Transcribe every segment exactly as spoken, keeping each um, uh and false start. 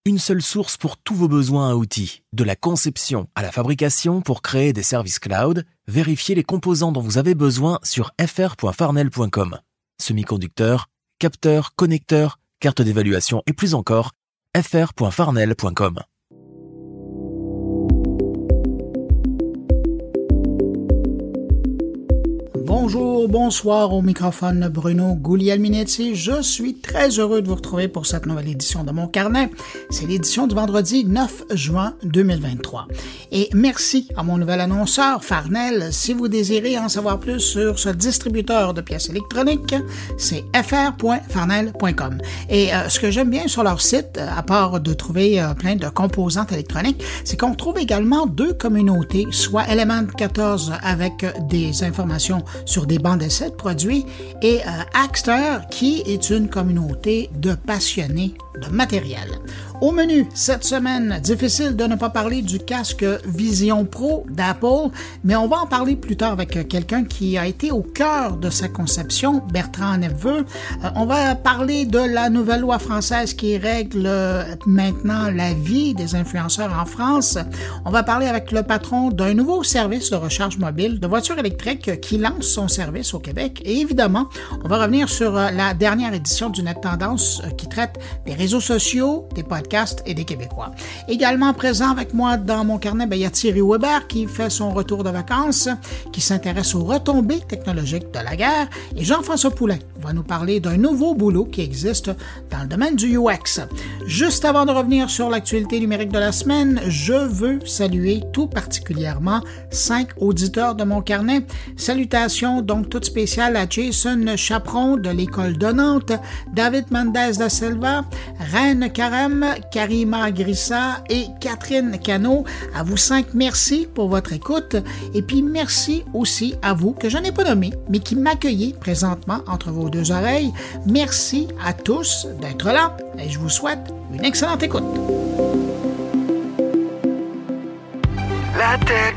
Une seule source pour tous vos besoins à outils, de la conception à la fabrication pour créer des services cloud. Vérifiez les composants dont vous avez besoin sur f r point farnell point com. Semi-conducteurs, capteurs, connecteurs, cartes d'évaluation et plus encore, f r point farnell point com. Bonjour, bonsoir, au microphone Bruno Guglielminetti. Je suis très heureux de vous retrouver pour cette nouvelle édition de Mon Carnet. C'est l'édition du vendredi neuf juin deux mille vingt-trois. Et merci à mon nouvel annonceur, Farnell. Si vous désirez en savoir plus sur ce distributeur de pièces électroniques, c'est f r point farnell point com. Et euh, ce que j'aime bien sur leur site, à part de trouver euh, plein de composantes électroniques, c'est qu'on trouve également deux communautés, soit Element quatorze avec des informations sur des bancs d'essai de produits et euh, Axter qui est une communauté de passionnés de matériel. Au menu, cette semaine, difficile de ne pas parler du casque Vision Pro d'Apple, mais on va en parler plus tard avec quelqu'un qui a été au cœur de sa conception, Bertrand Nepveux. Euh, on va parler de la nouvelle loi française qui règle euh, maintenant la vie des influenceurs en France. On va parler avec le patron d'un nouveau service de recharge mobile de voitures électriques qui lance son service au Québec. Et évidemment, on va revenir sur euh, la dernière édition du Net Tendance euh, qui traite des réseaux sociaux, des podcasts et des Québécois. Également présent avec moi dans mon carnet, ben, il y a Thierry Weber qui fait son retour de vacances, qui s'intéresse aux retombées technologiques de la guerre, et Jean-François Poulin va nous parler d'un nouveau boulot qui existe dans le domaine du U X. Juste avant de revenir sur l'actualité numérique de la semaine, je veux saluer tout particulièrement cinq auditeurs de mon carnet. Salutations donc toutes spéciales à Jason Chaperon de l'École de Nantes, David Mendez da Silva, Reine Carême, Karima Grissa et Catherine Cano. À vous cinq, merci pour votre écoute. Et puis merci aussi à vous, que je n'ai pas nommé, mais qui m'accueillez présentement entre vos deux oreilles. Merci à tous d'être là et je vous souhaite une excellente écoute. La tech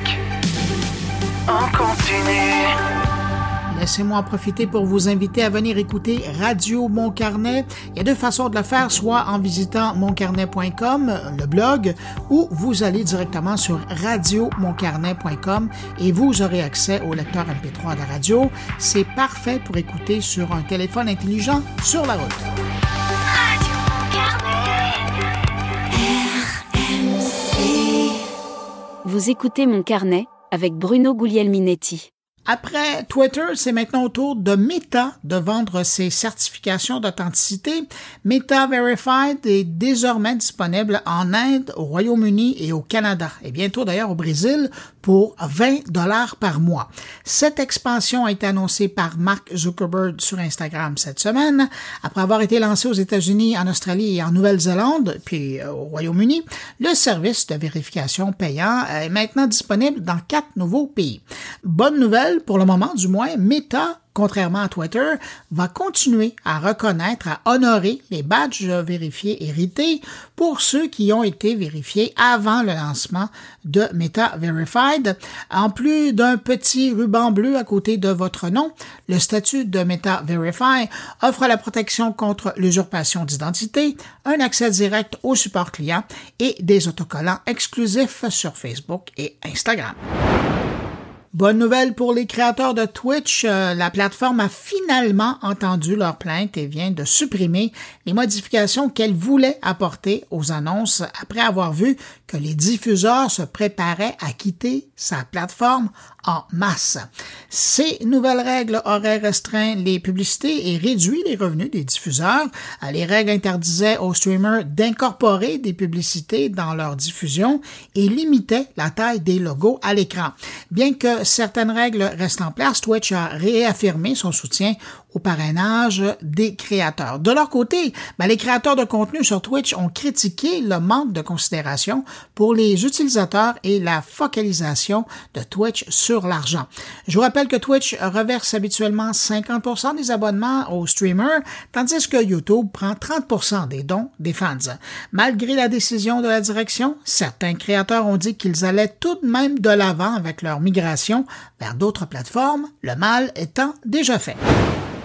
en continu. Laissez-moi en profiter pour vous inviter à venir écouter Radio Mon Carnet. Il y a deux façons de le faire, soit en visitant mon carnet point com, le blog, ou vous allez directement sur radio mon carnet point com et vous aurez accès au lecteur M P trois de la radio. C'est parfait pour écouter sur un téléphone intelligent sur la route. Radio Mon Carnet. R M C. Vous écoutez Mon Carnet avec Bruno Guglielminetti. Après Twitter, c'est maintenant au tour de Meta de vendre ses certifications d'authenticité. Meta Verified est désormais disponible en Inde, au Royaume-Uni et au Canada, et bientôt d'ailleurs au Brésil, pour vingt dollars par mois. Cette expansion a été annoncée par Mark Zuckerberg sur Instagram cette semaine. Après avoir été lancé aux États-Unis, en Australie et en Nouvelle-Zélande, puis au Royaume-Uni, le service de vérification payant est maintenant disponible dans quatre nouveaux pays. Bonne nouvelle, pour le moment du moins, Meta, contrairement à Twitter, va continuer à reconnaître, à honorer les badges vérifiés hérités pour ceux qui ont été vérifiés avant le lancement de Meta Verified. En plus d'un petit ruban bleu à côté de votre nom, le statut de Meta Verify offre la protection contre l'usurpation d'identité, un accès direct au support client et des autocollants exclusifs sur Facebook et Instagram. Bonne nouvelle pour les créateurs de Twitch, euh, la plateforme a finalement entendu leur plainte et vient de supprimer les modifications qu'elle voulait apporter aux annonces après avoir vu que les diffuseurs se préparaient à quitter sa plateforme en masse. Ces nouvelles règles auraient restreint les publicités et réduit les revenus des diffuseurs. Les règles interdisaient aux streamers d'incorporer des publicités dans leur diffusion et limitaient la taille des logos à l'écran. Bien que certaines règles restent en place, Twitch a réaffirmé son soutien au parrainage des créateurs. De leur côté, ben, les créateurs de contenu sur Twitch ont critiqué le manque de considération pour les utilisateurs et la focalisation de Twitch sur l'argent. Je vous rappelle que Twitch reverse habituellement cinquante pour cent des abonnements aux streamers, tandis que YouTube prend trente pour cent des dons des fans. Malgré la décision de la direction, certains créateurs ont dit qu'ils allaient tout de même de l'avant avec leur migration vers d'autres plateformes, le mal étant déjà fait.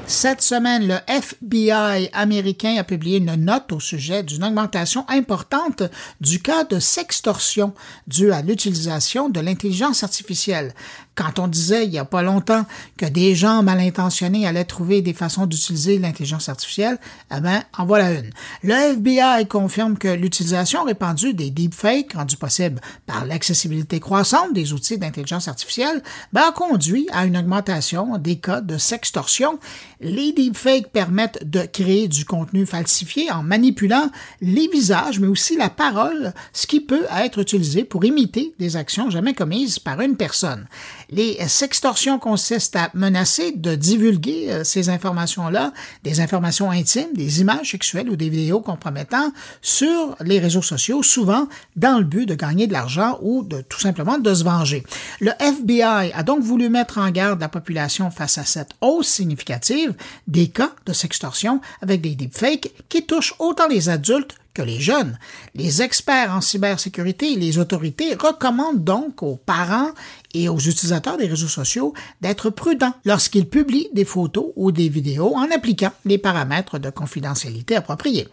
Cette semaine, le F B I américain a publié une note au sujet d'une augmentation importante du cas de sextorsion due à l'utilisation de l'intelligence artificielle. Quand on disait il n'y a pas longtemps que des gens mal intentionnés allaient trouver des façons d'utiliser l'intelligence artificielle, eh bien, en voilà une. Le F B I confirme que l'utilisation répandue des deepfakes, rendue possible par l'accessibilité croissante des outils d'intelligence artificielle, ben, a conduit à une augmentation des cas de sextorsion. Les deepfakes permettent de créer du contenu falsifié en manipulant les visages, mais aussi la parole, ce qui peut être utilisé pour imiter des actions jamais commises par une personne. Les sextorsions consistent à menacer de divulguer euh, ces informations-là, des informations intimes, des images sexuelles ou des vidéos compromettantes sur les réseaux sociaux, souvent dans le but de gagner de l'argent ou de tout simplement de se venger. Le F B I a donc voulu mettre en garde la population face à cette hausse significative des cas de sextorsion avec des deepfakes qui touchent autant les adultes que les jeunes. Les experts en cybersécurité et les autorités recommandent donc aux parents et aux utilisateurs des réseaux sociaux d'être prudents lorsqu'ils publient des photos ou des vidéos en appliquant les paramètres de confidentialité appropriés.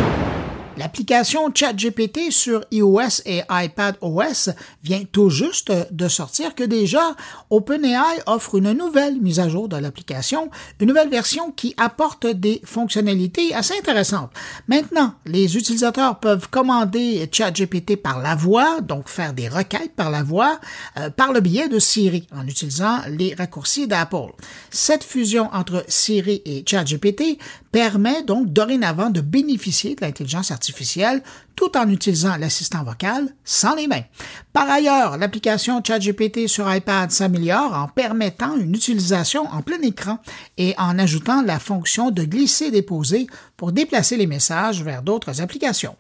L'application ChatGPT sur iOS et iPadOS vient tout juste de sortir que déjà OpenAI offre une nouvelle mise à jour de l'application, une nouvelle version qui apporte des fonctionnalités assez intéressantes. Maintenant, les utilisateurs peuvent commander ChatGPT par la voix, donc faire des requêtes par la voix, euh, par le biais de Siri, en utilisant les raccourcis d'Apple. Cette fusion entre Siri et ChatGPT permet donc dorénavant de bénéficier de l'intelligence artificielle tout en utilisant l'assistant vocal sans les mains. Par ailleurs, l'application ChatGPT sur iPad s'améliore en permettant une utilisation en plein écran et en ajoutant la fonction de glisser-déposer pour déplacer les messages vers d'autres applications.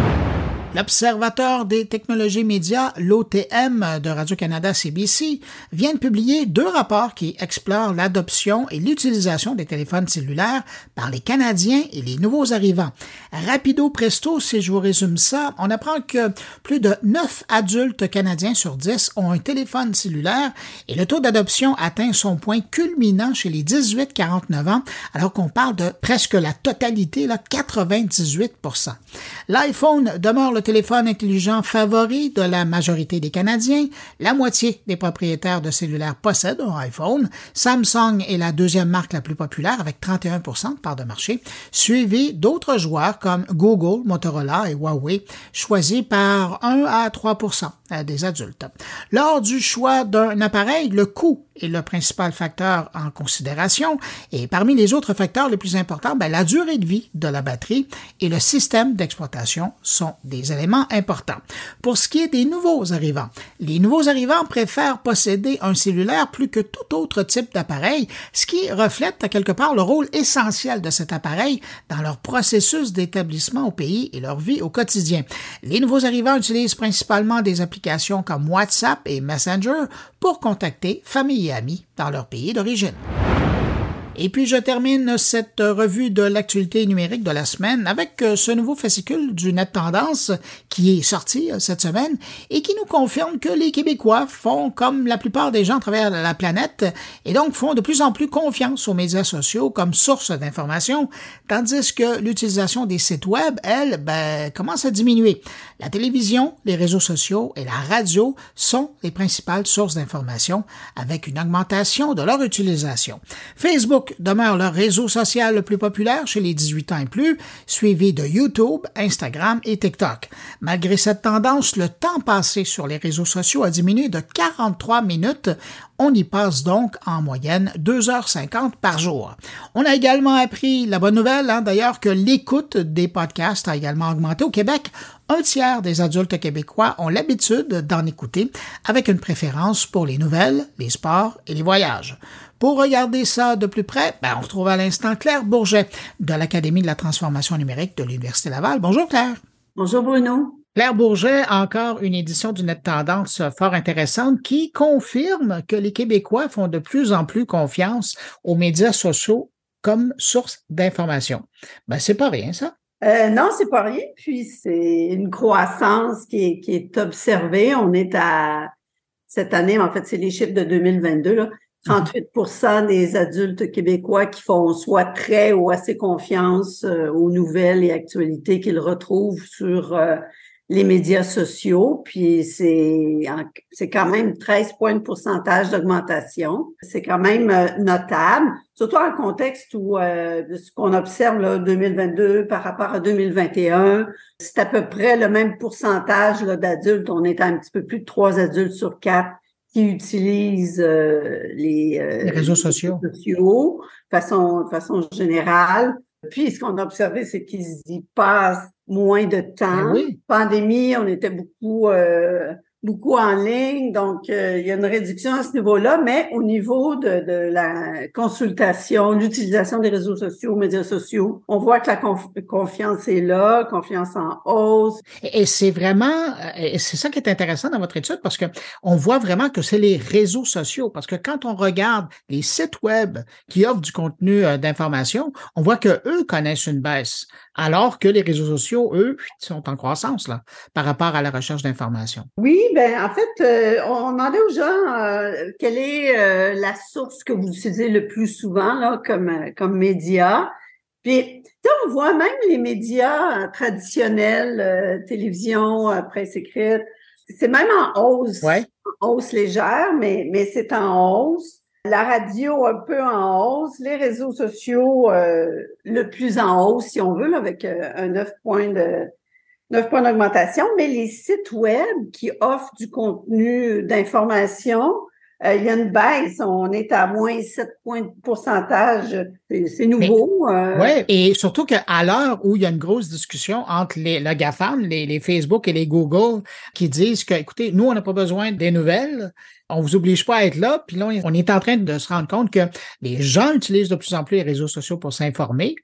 L'Observateur des technologies médias, l'O T M de Radio-Canada C B C, vient de publier deux rapports qui explorent l'adoption et l'utilisation des téléphones cellulaires par les Canadiens et les nouveaux arrivants. Rapido presto, si je vous résume ça, on apprend que plus de neuf adultes canadiens sur dix ont un téléphone cellulaire et le taux d'adoption atteint son point culminant chez les dix-huit à quarante-neuf ans, alors qu'on parle de presque la totalité, là, quatre-vingt-dix-huit pour cent. L'iPhone demeure le téléphone intelligent favori de la majorité des Canadiens. La moitié des propriétaires de cellulaires possèdent un iPhone. Samsung est la deuxième marque la plus populaire avec trente et un pour cent de part de marché, suivi d'autres joueurs comme Google, Motorola et Huawei, choisis par un à trois pour cent des adultes. Lors du choix d'un appareil, le coût est le principal facteur en considération et parmi les autres facteurs les plus importants, ben, la durée de vie de la batterie et le système d'exploitation sont des éléments importants. Pour ce qui est des nouveaux arrivants, les nouveaux arrivants préfèrent posséder un cellulaire plus que tout autre type d'appareil, ce qui reflète à quelque part le rôle essentiel de cet appareil dans leur processus d'établissement au pays et leur vie au quotidien. Les nouveaux arrivants utilisent principalement des applications comme WhatsApp et Messenger pour contacter famille et amis dans leur pays d'origine. Et puis, je termine cette revue de l'actualité numérique de la semaine avec ce nouveau fascicule du Net Tendance qui est sorti cette semaine et qui nous confirme que les Québécois font comme la plupart des gens à travers la planète et donc font de plus en plus confiance aux médias sociaux comme source d'information, tandis que l'utilisation des sites web, elle, ben, commence à diminuer. La télévision, les réseaux sociaux et la radio sont les principales sources d'information avec une augmentation de leur utilisation. Facebook demeure le réseau social le plus populaire chez les dix-huit ans et plus, suivi de YouTube, Instagram et TikTok. Malgré cette tendance, le temps passé sur les réseaux sociaux a diminué de quarante-trois minutes. On y passe donc en moyenne deux heures cinquante par jour. On a également appris la bonne nouvelle, hein, d'ailleurs, que l'écoute des podcasts a également augmenté au Québec. Un tiers des adultes québécois ont l'habitude d'en écouter, avec une préférence pour les nouvelles, les sports et les voyages. Pour regarder ça de plus près, ben, on retrouve à l'instant Claire Bourget de l'Académie de la transformation numérique de l'Université Laval. Bonjour Claire. Bonjour Bruno. Claire Bourget, encore une édition du Net Tendance fort intéressante qui confirme que les Québécois font de plus en plus confiance aux médias sociaux comme source d'information. Ben, c'est pas rien, ça? Euh, non, c'est pas rien. Puis c'est une croissance qui est, qui est observée. On est à, cette année, en fait, c'est les chiffres de deux mille vingt-deux, là. trente-huit pour cent des adultes québécois qui font soit très ou assez confiance euh, aux nouvelles et actualités qu'ils retrouvent sur euh, les médias sociaux. Puis c'est c'est quand même treize points de pourcentage d'augmentation. C'est quand même euh, notable, surtout en contexte où euh, ce qu'on observe là, deux mille vingt-deux par rapport à deux mille vingt et un, c'est à peu près le même pourcentage là, d'adultes. On est à un petit peu plus de trois adultes sur quatre qui utilisent euh, les, euh, les réseaux sociaux, les réseaux sociaux de façon, de façon générale. Puis, ce qu'on a observé, c'est qu'ils y passent moins de temps. Ben oui. Pandémie, on était beaucoup euh, beaucoup en ligne, donc euh, il y a une réduction à ce niveau-là, mais au niveau de, de la consultation, l'utilisation des réseaux sociaux, médias sociaux, on voit que la conf- confiance est là, confiance en hausse. Et, et c'est vraiment, et c'est ça qui est intéressant dans votre étude parce que on voit vraiment que c'est les réseaux sociaux, parce que quand on regarde les sites web qui offrent du contenu euh, d'information, on voit que eux connaissent une baisse, alors que les réseaux sociaux, eux, sont en croissance là par rapport à la recherche d'information. Oui, ben en fait, euh, on demandait aux gens euh, quelle est euh, la source que vous utilisez le plus souvent là comme euh, comme média. Puis, tu sais, on voit même les médias euh, traditionnels, euh, télévision, euh, presse écrite, c'est même en hausse, Ouais. en hausse légère, mais mais c'est en hausse. La radio un peu en hausse, les réseaux sociaux euh, le plus en hausse, si on veut, là, avec euh, un neuf points de neuf points d'augmentation, mais les sites web qui offrent du contenu d'information, euh, il y a une baisse. On est à moins sept points de pourcentage. C'est, c'est nouveau. Euh... Oui, et surtout qu'à l'heure où il y a une grosse discussion entre les, le GAFAM, les, les Facebook et les Google, qui disent que, écoutez, nous, on n'a pas besoin des nouvelles, on vous oblige pas à être là, puis là, on est en train de se rendre compte que les gens utilisent de plus en plus les réseaux sociaux pour s'informer.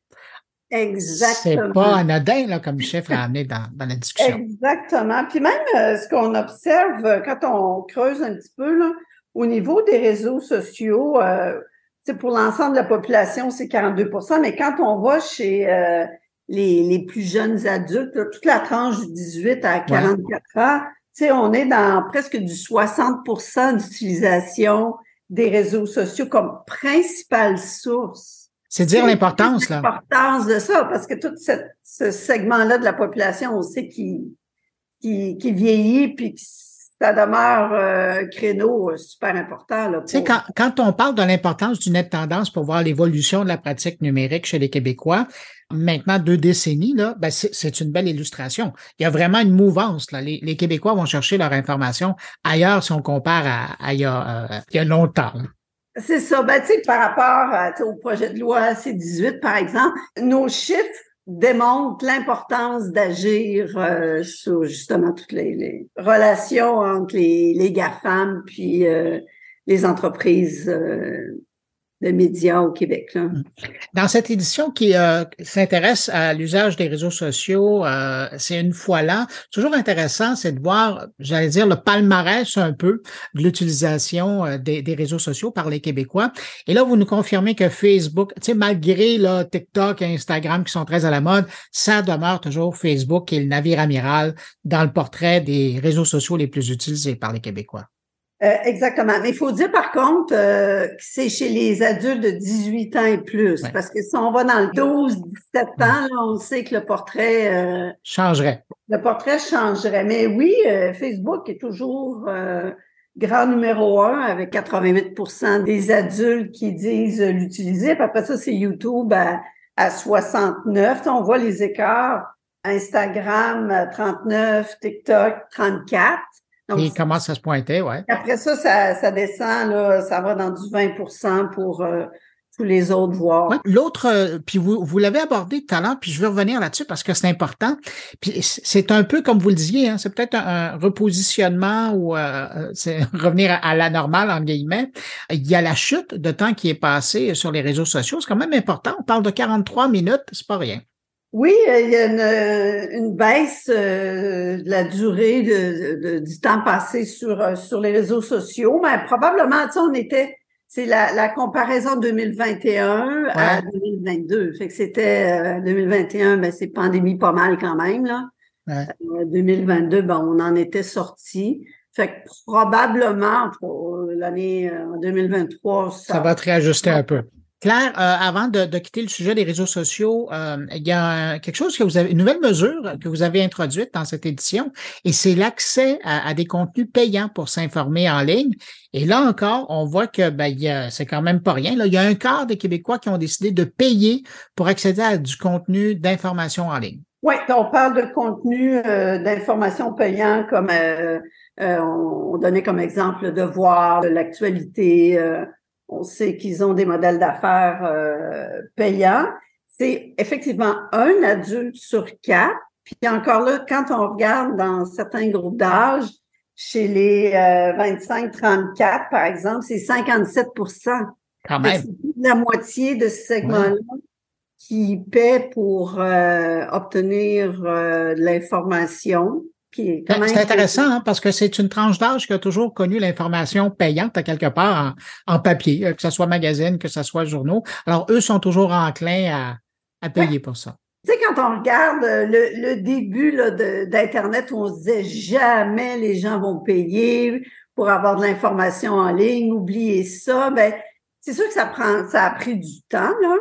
Exactement. C'est pas anodin là, comme chiffre à amener dans, dans la discussion. Exactement. Puis même euh, ce qu'on observe euh, quand on creuse un petit peu là, au niveau des réseaux sociaux, euh, c'est pour l'ensemble de la population, c'est quarante-deux pour cent, mais quand on va chez euh, les, les plus jeunes adultes, là, toute la tranche du dix-huit à quarante-quatre ouais. ans, tu sais, on est dans presque du soixante pour cent d'utilisation des réseaux sociaux comme principale source. C'est dire l'importance, là. L'importance de ça, parce que tout cette, ce segment-là de la population, on sait qu'il, qu'il, qu'il vieillit, puis que ça demeure un euh, créneau super important. Là, pour... Tu sais, quand, quand on parle de l'importance du net tendance pour voir l'évolution de la pratique numérique chez les Québécois, maintenant deux décennies, là, ben c'est, c'est une belle illustration. Il y a vraiment une mouvance. Là. Les, les Québécois vont chercher leur information ailleurs si on compare à, à il, y a, euh, il y a longtemps. Là. C'est ça. Ben, tu sais, par rapport à, au projet de loi C dix-huit, par exemple, nos chiffres démontrent l'importance d'agir euh, sur justement toutes les, les relations entre les, les GAFAM puis euh, les entreprises euh, de médias au Québec. Là. Dans cette édition qui euh, s'intéresse à l'usage des réseaux sociaux, euh, c'est une fois là. Toujours intéressant, c'est de voir, j'allais dire, le palmarès un peu de l'utilisation euh, des, des réseaux sociaux par les Québécois. Et là, vous nous confirmez que Facebook, tu sais, malgré là, TikTok et Instagram qui sont très à la mode, ça demeure toujours Facebook qui est le navire amiral dans le portrait des réseaux sociaux les plus utilisés par les Québécois. Euh, exactement. Mais il faut dire par contre euh, que c'est chez les adultes de dix-huit ans et plus. Ouais. Parce que si on va dans le douze dix-sept ans, là, on sait que le portrait euh, changerait. Le portrait changerait. Mais oui, euh, Facebook est toujours euh, grand numéro un avec quatre-vingt-huit pour cent des adultes qui disent l'utiliser. Puis après ça, c'est YouTube à, à soixante-neuf. On voit les écarts. Instagram trente-neuf, TikTok trente-quatre. Donc, et il commence à se pointer, ouais. Après ça, ça, ça descend, là, ça va dans du vingt pour cent pour euh, tous les autres voies. Ouais, l'autre, euh, puis vous, vous l'avez abordé tout à l'heure, puis je vais revenir là-dessus parce que c'est important. Puis c'est un peu comme vous le disiez, hein, c'est peut-être un, un repositionnement ou euh, c'est revenir à, à la normale, en guillemets. Il y a la chute de temps qui est passée sur les réseaux sociaux, c'est quand même important. On parle de quarante-trois minutes, c'est pas rien. Oui, il y a une, une baisse euh, de la durée de, de, du temps passé sur sur les réseaux sociaux, mais probablement, tu sais, on était, c'est la, la comparaison deux mille vingt et un ouais. à deux mille vingt-deux. Fait que c'était euh, deux mille vingt et un, ben c'est pandémie pas mal quand même là. Ouais. Euh, deux mille vingt-deux, ben on en était sorti. Fait que probablement, pour l'année en deux mille vingt-trois, ça, ça va te réajuster un peu. Claire, euh, avant de, de quitter le sujet des réseaux sociaux, euh, il y a quelque chose que vous avez, une nouvelle mesure que vous avez introduite dans cette édition, et c'est l'accès à, à des contenus payants pour s'informer en ligne. Et là encore, on voit que ben, il y a, c'est quand même pas rien. Là, il y a un quart des Québécois qui ont décidé de payer pour accéder à du contenu d'information en ligne. Oui, on parle de contenu euh, d'information payant, comme euh, euh, on, on donnait comme exemple Devoir, de l'actualité. Euh, on sait qu'ils ont des modèles d'affaires euh, payants. C'est effectivement un adulte sur quatre. Puis encore là, quand on regarde dans certains groupes d'âge, chez les euh, vingt-cinq trente-quatre, par exemple, c'est cinquante-sept pour cent. Quand même. C'est la moitié de ce segment-là. Ouais. Qui paie pour euh, obtenir euh, de l'information. Qui est quand même c'est intéressant hein, parce que c'est une tranche d'âge qui a toujours connu l'information payante à quelque part en, en papier, que ce soit magazine, que ce soit journaux. Alors, eux sont toujours enclins à, à payer ouais. pour ça. Tu sais, quand on regarde le, le début là, de, d'Internet, où on se disait jamais les gens vont payer pour avoir de l'information en ligne, oubliez ça, ben c'est sûr que ça prend, ça a pris du temps, là.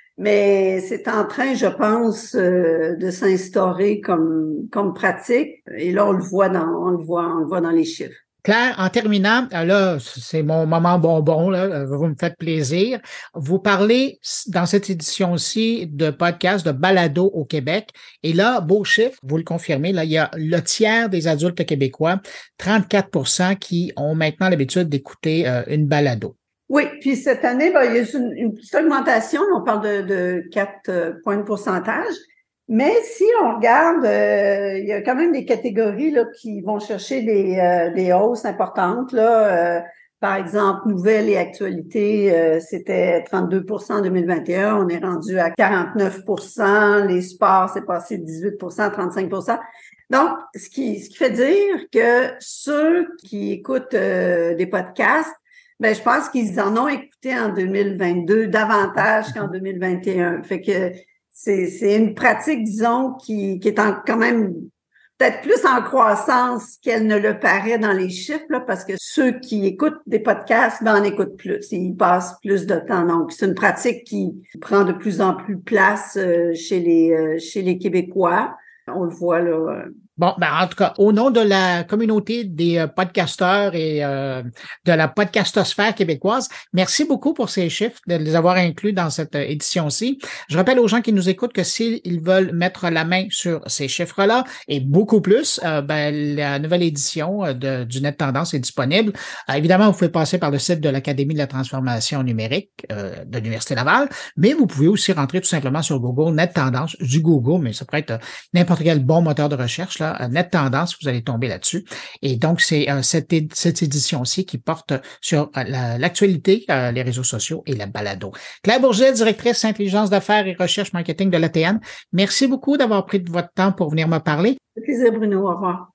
Mais c'est en train, je pense, euh, de s'instaurer comme comme pratique. Et là, on le voit dans, on le voit, on le voit dans les chiffres. Claire, en terminant, là, c'est mon moment bonbon, là, vous me faites plaisir. Vous parlez dans cette édition-ci de podcast, de balado au Québec. Et là, beau chiffre, vous le confirmez, là, il y a le tiers des adultes québécois, trente-quatre pour cent qui ont maintenant l'habitude d'écouter euh, une balado. Oui, puis cette année, ben, il y a une, une petite augmentation, on parle de, de quatre points de pourcentage, mais si on regarde, euh, il y a quand même des catégories là, qui vont chercher des, euh, des hausses importantes. Là, euh, par exemple, nouvelles et actualités, euh, c'était trente-deux pour cent en deux mille vingt et un, on est rendu à quarante-neuf pour cent, les sports, c'est passé de dix-huit pour cent à trente-cinq pour cent. Donc, ce qui, ce qui fait dire que ceux qui écoutent euh, des podcasts, ben, je pense qu'ils en ont écouté en deux mille vingt-deux davantage qu'en deux mille vingt et un. Fait que c'est, c'est une pratique, disons, qui, qui est en, quand même peut-être plus en croissance qu'elle ne le paraît dans les chiffres, là, parce que ceux qui écoutent des podcasts, ben, en écoutent plus. Ils passent plus de temps. Donc, c'est une pratique qui prend de plus en plus place euh, chez les, euh, chez les Québécois. On le voit, là. Euh, Bon, ben en tout cas, au nom de la communauté des euh, podcasteurs et euh, de la podcastosphère québécoise, merci beaucoup pour ces chiffres, de les avoir inclus dans cette euh, édition-ci. Je rappelle aux gens qui nous écoutent que s'ils veulent mettre la main sur ces chiffres-là et beaucoup plus, euh, ben, la nouvelle édition de, du Net Tendance est disponible. Euh, évidemment, vous pouvez passer par le site de l'Académie de la transformation numérique euh, de l'Université Laval, mais vous pouvez aussi rentrer tout simplement sur Google, Net Tendance, du Google, mais ça pourrait être n'importe quel bon moteur de recherche, là, Net Tendance, vous allez tomber là-dessus. Et donc, c'est euh, cette, é- cette édition-ci qui porte sur euh, la, l'actualité, euh, les réseaux sociaux et la balado. Claire Bourget, directrice intelligence d'affaires et recherche marketing de l'A T N. Merci beaucoup d'avoir pris de votre temps pour venir me parler. C'est plaisir, Bruno. Au revoir.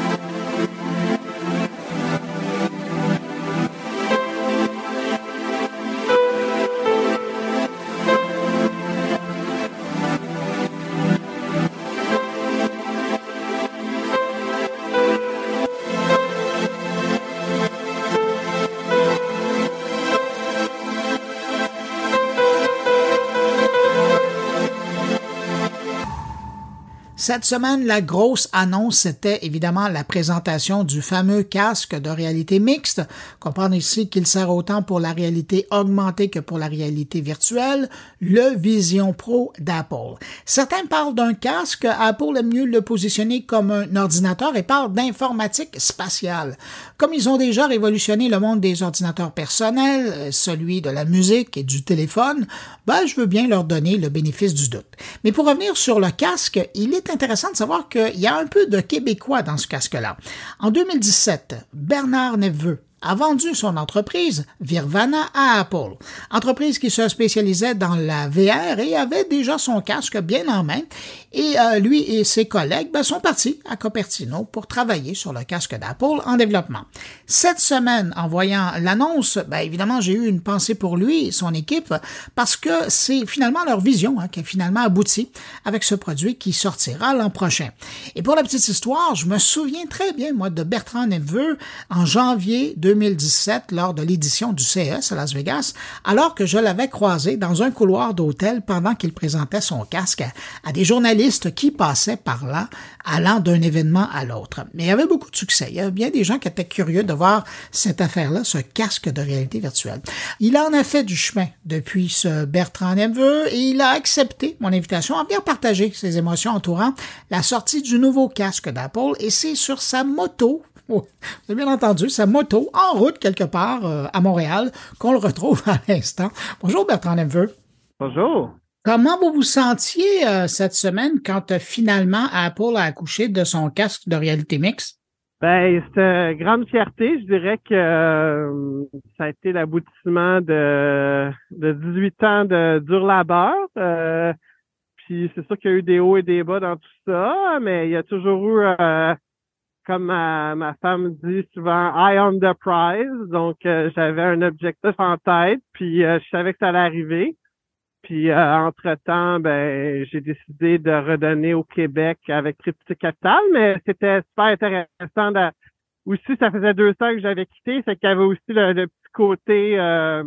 Cette semaine, la grosse annonce, c'était évidemment la présentation du fameux casque de réalité mixte. Comprendre ici qu'il sert autant pour la réalité augmentée que pour la réalité virtuelle, le Vision Pro d'Apple. Certains parlent d'un casque, Apple aime mieux le positionner comme un ordinateur et parle d'informatique spatiale. Comme ils ont déjà révolutionné le monde des ordinateurs personnels, celui de la musique et du téléphone, ben, je veux bien leur donner le bénéfice du doute. Mais pour revenir sur le casque, il est intéressant de savoir qu'il y a un peu de Québécois dans ce casque-là. En deux mille dix-sept, Bernard Neveu a vendu son entreprise Virvana à Apple. Entreprise qui se spécialisait dans la V R et avait déjà son casque bien en main. Et euh, lui et ses collègues ben, sont partis à Cupertino pour travailler sur le casque d'Apple en développement. Cette semaine, en voyant l'annonce, ben, évidemment, j'ai eu une pensée pour lui et son équipe parce que c'est finalement leur vision hein, qui a finalement abouti avec ce produit qui sortira l'an prochain. Et pour la petite histoire, je me souviens très bien, moi, de Bertrand Neveu en janvier deux mille dix-sept lors de l'édition du C E S à Las Vegas, alors que je l'avais croisé dans un couloir d'hôtel pendant qu'il présentait son casque à, à des journalistes qui passaient par là, allant d'un événement à l'autre. Mais il y avait beaucoup de succès. Il y avait bien des gens qui étaient curieux de voir cette affaire-là, ce casque de réalité virtuelle. Il en a fait du chemin depuis ce Bertrand Neveu et il a accepté mon invitation à venir partager ses émotions entourant la sortie du nouveau casque d'Apple et c'est sur sa moto, oh, vous avez bien entendu, sa moto en route quelque part euh, à Montréal qu'on le retrouve à l'instant. Bonjour Bertrand Neveu. Bonjour. Comment vous vous sentiez euh, cette semaine quand euh, finalement Apple a accouché de son casque de réalité mixte? Ben, c'était une grande fierté. Je dirais que euh, ça a été l'aboutissement de, de dix-huit ans de dur labeur. Euh, puis c'est sûr qu'il y a eu des hauts et des bas dans tout ça, mais il y a toujours eu, euh, comme ma, ma femme dit souvent, eye on the prize. Donc, euh, j'avais un objectif en tête, puis euh, je savais que ça allait arriver. Puis, euh, entre-temps, ben, j'ai décidé de redonner au Québec avec Triptyque Capital, mais c'était super intéressant. De... Aussi, ça faisait deux ans que j'avais quitté, c'est qu'il y avait aussi le, le petit côté euh,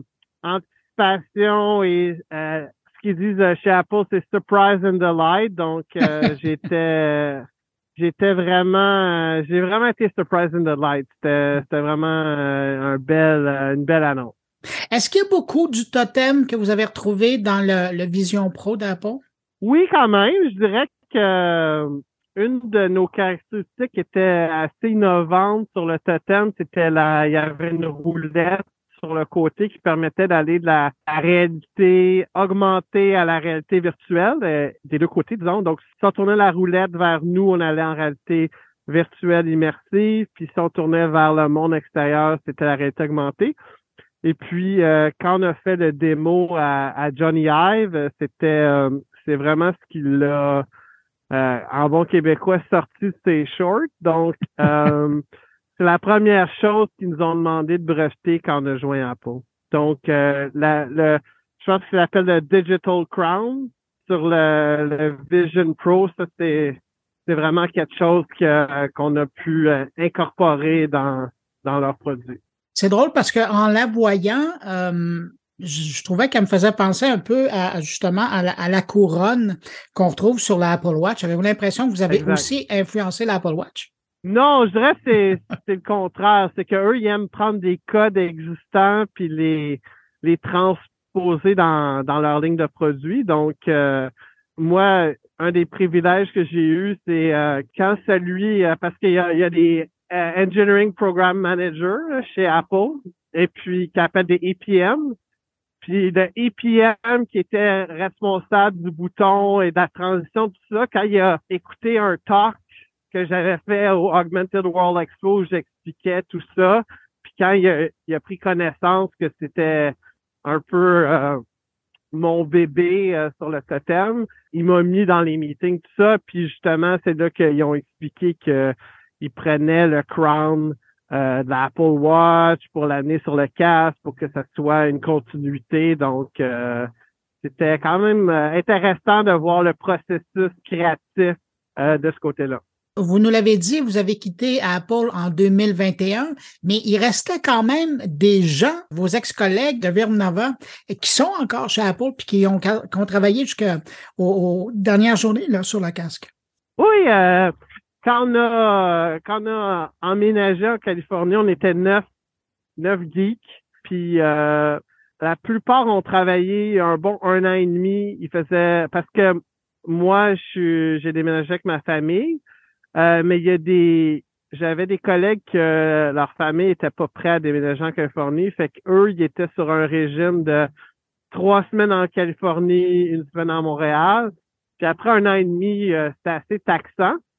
anticipation et euh, ce qu'ils disent chez Apple, c'est surprise and delight. Donc, euh, j'étais j'étais vraiment, euh, j'ai vraiment été surprise and delight. C'était, c'était vraiment euh, un bel, une belle annonce. Est-ce qu'il y a beaucoup du totem que vous avez retrouvé dans le, le Vision Pro d'Apple? Oui, quand même. Je dirais que euh, une de nos caractéristiques était assez innovante sur le totem. C'était la, il y avait une roulette sur le côté qui permettait d'aller de la, la réalité augmentée à la réalité virtuelle, euh, des deux côtés, disons. Donc, si on tournait la roulette vers nous, on allait en réalité virtuelle immersive. Puis si on tournait vers le monde extérieur, c'était la réalité augmentée. Et puis, euh, quand on a fait le démo à, à Johnny Ive, c'était euh, c'est vraiment ce qu'il a, euh, en bon québécois, sorti de ses shorts. Donc, euh, c'est la première chose qu'ils nous ont demandé de breveter quand on a joint Apple. Donc, euh, la, le, je pense qu'il l'appelle le Digital Crown sur le, le Vision Pro. Ça, c'est, c'est vraiment quelque chose que, qu'on a pu euh, incorporer dans, dans leurs produits. C'est drôle parce que en la voyant, euh, je, je trouvais qu'elle me faisait penser un peu à, justement à la, à la couronne qu'on retrouve sur l'Apple Watch. Avez-vous l'impression que vous avez exact. Aussi influencé l'Apple Watch? Non, je dirais que c'est, c'est le contraire. C'est qu'eux, ils aiment prendre des codes existants puis les, les transposer dans, dans leur ligne de produits. Donc, euh, moi, un des privilèges que j'ai eu, c'est euh, quand celui, euh, parce qu'il y a, il y a des Uh, Engineering Program Manager chez Apple, et puis qui appelle des A P M. Puis le A P M qui était responsable du bouton et de la transition, tout ça, quand il a écouté un talk que j'avais fait au Augmented World Expo où j'expliquais tout ça, puis quand il a, il a pris connaissance que c'était un peu euh, mon bébé euh, sur le totem, il m'a mis dans les meetings, tout ça, puis justement, c'est là qu'ils ont expliqué que ils prenaient le crown euh, de l'Apple Watch pour l'amener sur le casque pour que ça soit une continuité. Donc, euh, c'était quand même euh, intéressant de voir le processus créatif euh, de ce côté-là. Vous nous l'avez dit, vous avez quitté Apple en deux mille vingt et un, mais il restait quand même des gens, vos ex-collègues de Virnova, qui sont encore chez Apple puis qui ont, qui ont travaillé jusqu'aux aux dernières journées là, sur le casque. Oui, euh, Quand on a quand on a emménagé en Californie, on était neuf, neuf geeks. Puis euh, la plupart ont travaillé un bon un an et demi. Ils faisaient parce que moi, je suis j'ai déménagé avec ma famille, euh, mais il y a des j'avais des collègues que leur famille était pas prêt à déménager en Californie. Fait qu'eux, ils étaient sur un régime de trois semaines en Californie, une semaine à Montréal. Puis après un an et demi, euh, c'était assez taxant.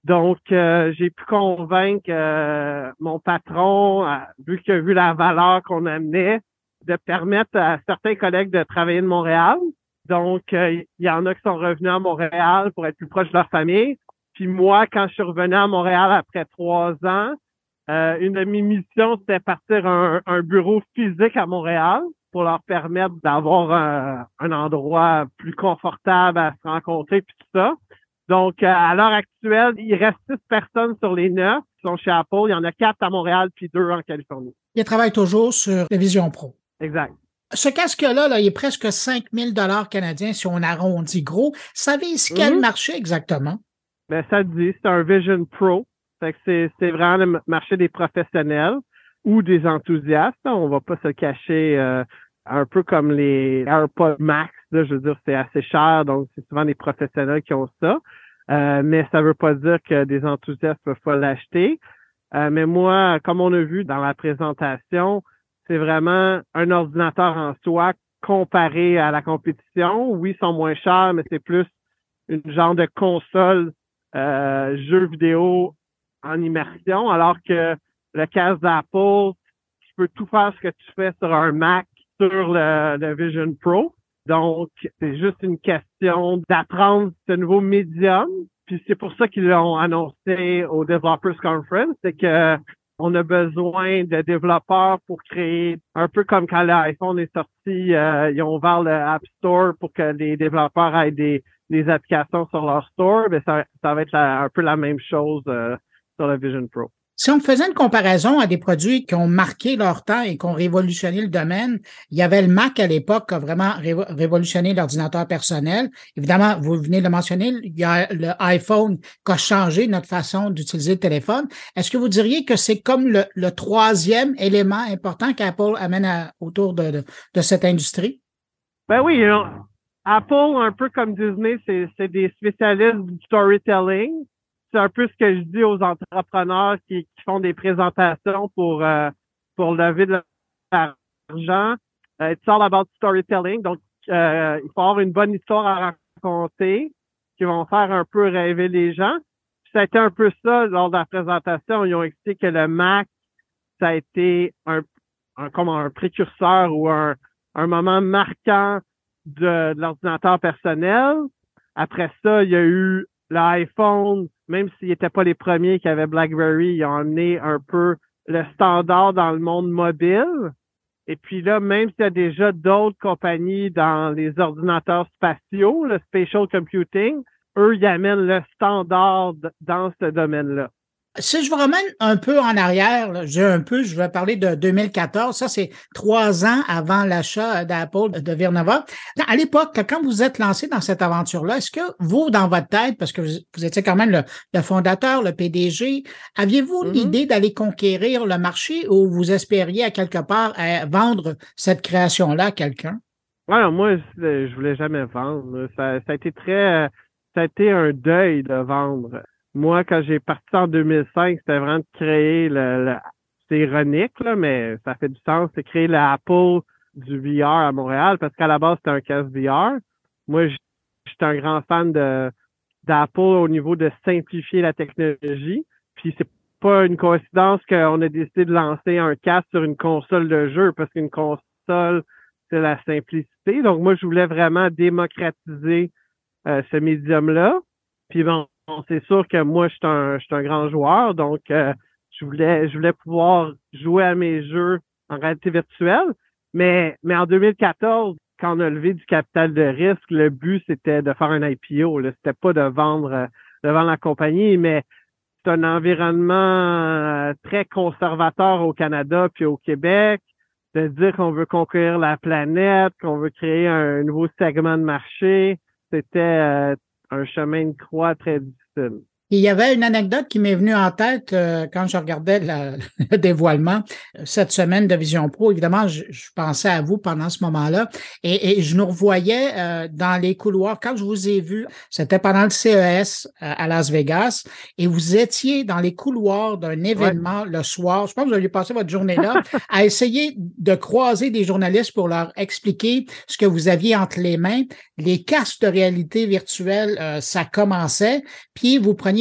Donc, euh, j'ai pu convaincre euh, mon patron, euh, vu qu'il a vu la valeur qu'on amenait, de permettre à certains collègues de travailler de Montréal. Donc, euh, il y en a qui sont revenus à Montréal pour être plus proches de leur famille. Puis moi, quand je suis revenu à Montréal après trois ans, euh, une de mes missions, c'était partir un, un bureau physique à Montréal pour leur permettre d'avoir un, un endroit plus confortable à se rencontrer puis tout ça. Donc, euh, à l'heure actuelle, il reste six personnes sur les neuf qui sont chez Apple. Il y en a quatre à Montréal puis deux en Californie. Il travaille toujours sur la Vision Pro. Exact. Ce casque-là, là, il est presque cinq mille dollars canadiens si on arrondit gros. Ça vise quel Mhm. marché exactement? Ben, ça dit, c'est un Vision Pro. Fait que c'est, c'est vraiment le marché des professionnels ou des enthousiastes. On va pas se cacher, euh, un peu comme les AirPods Max, là, je veux dire, c'est assez cher, donc c'est souvent des professionnels qui ont ça. Euh, mais ça veut pas dire que des enthousiastes peuvent pas l'acheter. Euh, mais moi, comme on a vu dans la présentation, c'est vraiment un ordinateur en soi comparé à la compétition. Oui, ils sont moins chers, mais c'est plus une genre de console euh, jeu vidéo en immersion, alors que le casque d'Apple, tu peux tout faire ce que tu fais sur un Mac, sur le, le Vision Pro. Donc, c'est juste une question d'apprendre ce nouveau médium. Puis c'est pour ça qu'ils l'ont annoncé au Developers Conference, c'est que on a besoin de développeurs pour créer, un peu comme quand l'iPhone est sorti, euh, ils ont ouvert le App Store pour que les développeurs aient des, des applications sur leur store. Mais ça, ça va être la, un peu la même chose euh, sur le Vision Pro. Si on faisait une comparaison à des produits qui ont marqué leur temps et qui ont révolutionné le domaine, il y avait le Mac à l'époque qui a vraiment ré- révolutionné l'ordinateur personnel. Évidemment, vous venez de le mentionner, il y a le iPhone qui a changé notre façon d'utiliser le téléphone. Est-ce que vous diriez que c'est comme le, le troisième élément important qu'Apple amène à, autour de, de, de cette industrie? Ben oui, you know, Apple, un peu comme Disney, c'est, c'est des spécialistes du storytelling. C'est un peu ce que je dis aux entrepreneurs qui, qui font des présentations pour euh, pour lever de l'argent. Uh, it's all about storytelling. Donc, euh, il faut avoir une bonne histoire à raconter qui vont faire un peu rêver les gens. Puis ça a été un peu ça lors de la présentation. Ils ont expliqué que le Mac, ça a été un, un comme un précurseur ou un, un moment marquant de, de l'ordinateur personnel. Après ça, il y a eu l'iPhone. Même s'ils n'étaient pas les premiers qui avaient BlackBerry, ils ont amené un peu le standard dans le monde mobile. Et puis là, même s'il y a déjà d'autres compagnies dans les ordinateurs spatiaux, le spatial computing, eux, ils amènent le standard dans ce domaine-là. Si je vous ramène un peu en arrière, là, j'ai un peu, je vais parler de deux mille quatorze. Ça, c'est trois ans avant l'achat d'Apple de Virenova. À l'époque, quand vous êtes lancé dans cette aventure-là, est-ce que vous, dans votre tête, parce que vous, vous étiez quand même le, le fondateur, le P D G, aviez-vous mm-hmm. l'idée d'aller conquérir le marché ou vous espériez à quelque part à vendre cette création-là à quelqu'un? Ouais, moi, je, je voulais jamais vendre. Ça, ça a été très, ça a été un deuil de vendre. Moi, quand j'ai parti en deux mille cinq, c'était vraiment de créer le, le c'est ironique, là, mais ça fait du sens, c'est créer l'Apple du V R à Montréal, parce qu'à la base, c'était un casque V R. Moi, j'étais un grand fan de d'Apple au niveau de simplifier la technologie. Puis c'est pas une coïncidence qu'on a décidé de lancer un casque sur une console de jeu, parce qu'une console, c'est la simplicité. Donc, moi, je voulais vraiment démocratiser euh, ce médium-là. Puis bon, Bon, c'est sûr que moi, je suis un, je suis un grand joueur, donc euh, je voulais, je voulais pouvoir jouer à mes jeux en réalité virtuelle. Mais, mais en deux mille quatorze, quand on a levé du capital de risque, le but c'était de faire un I P O. Là. C'était pas de vendre, de vendre la compagnie, mais c'est un environnement très conservateur au Canada puis au Québec. De dire qu'on veut conquérir la planète, qu'on veut créer un nouveau segment de marché, c'était euh, un chemin de croix très difficile. Il y avait une anecdote qui m'est venue en tête euh, quand je regardais la, le dévoilement cette semaine de Vision Pro. Évidemment, je, je pensais à vous pendant ce moment-là et, et je nous revoyais euh, dans les couloirs. Quand je vous ai vu, c'était pendant le C E S euh, à Las Vegas et vous étiez dans les couloirs d'un événement ouais. le soir. Je pense que vous aviez passé votre journée là à essayer de croiser des journalistes pour leur expliquer ce que vous aviez entre les mains. Les casques de réalité virtuelle, euh, ça commençait, puis vous preniez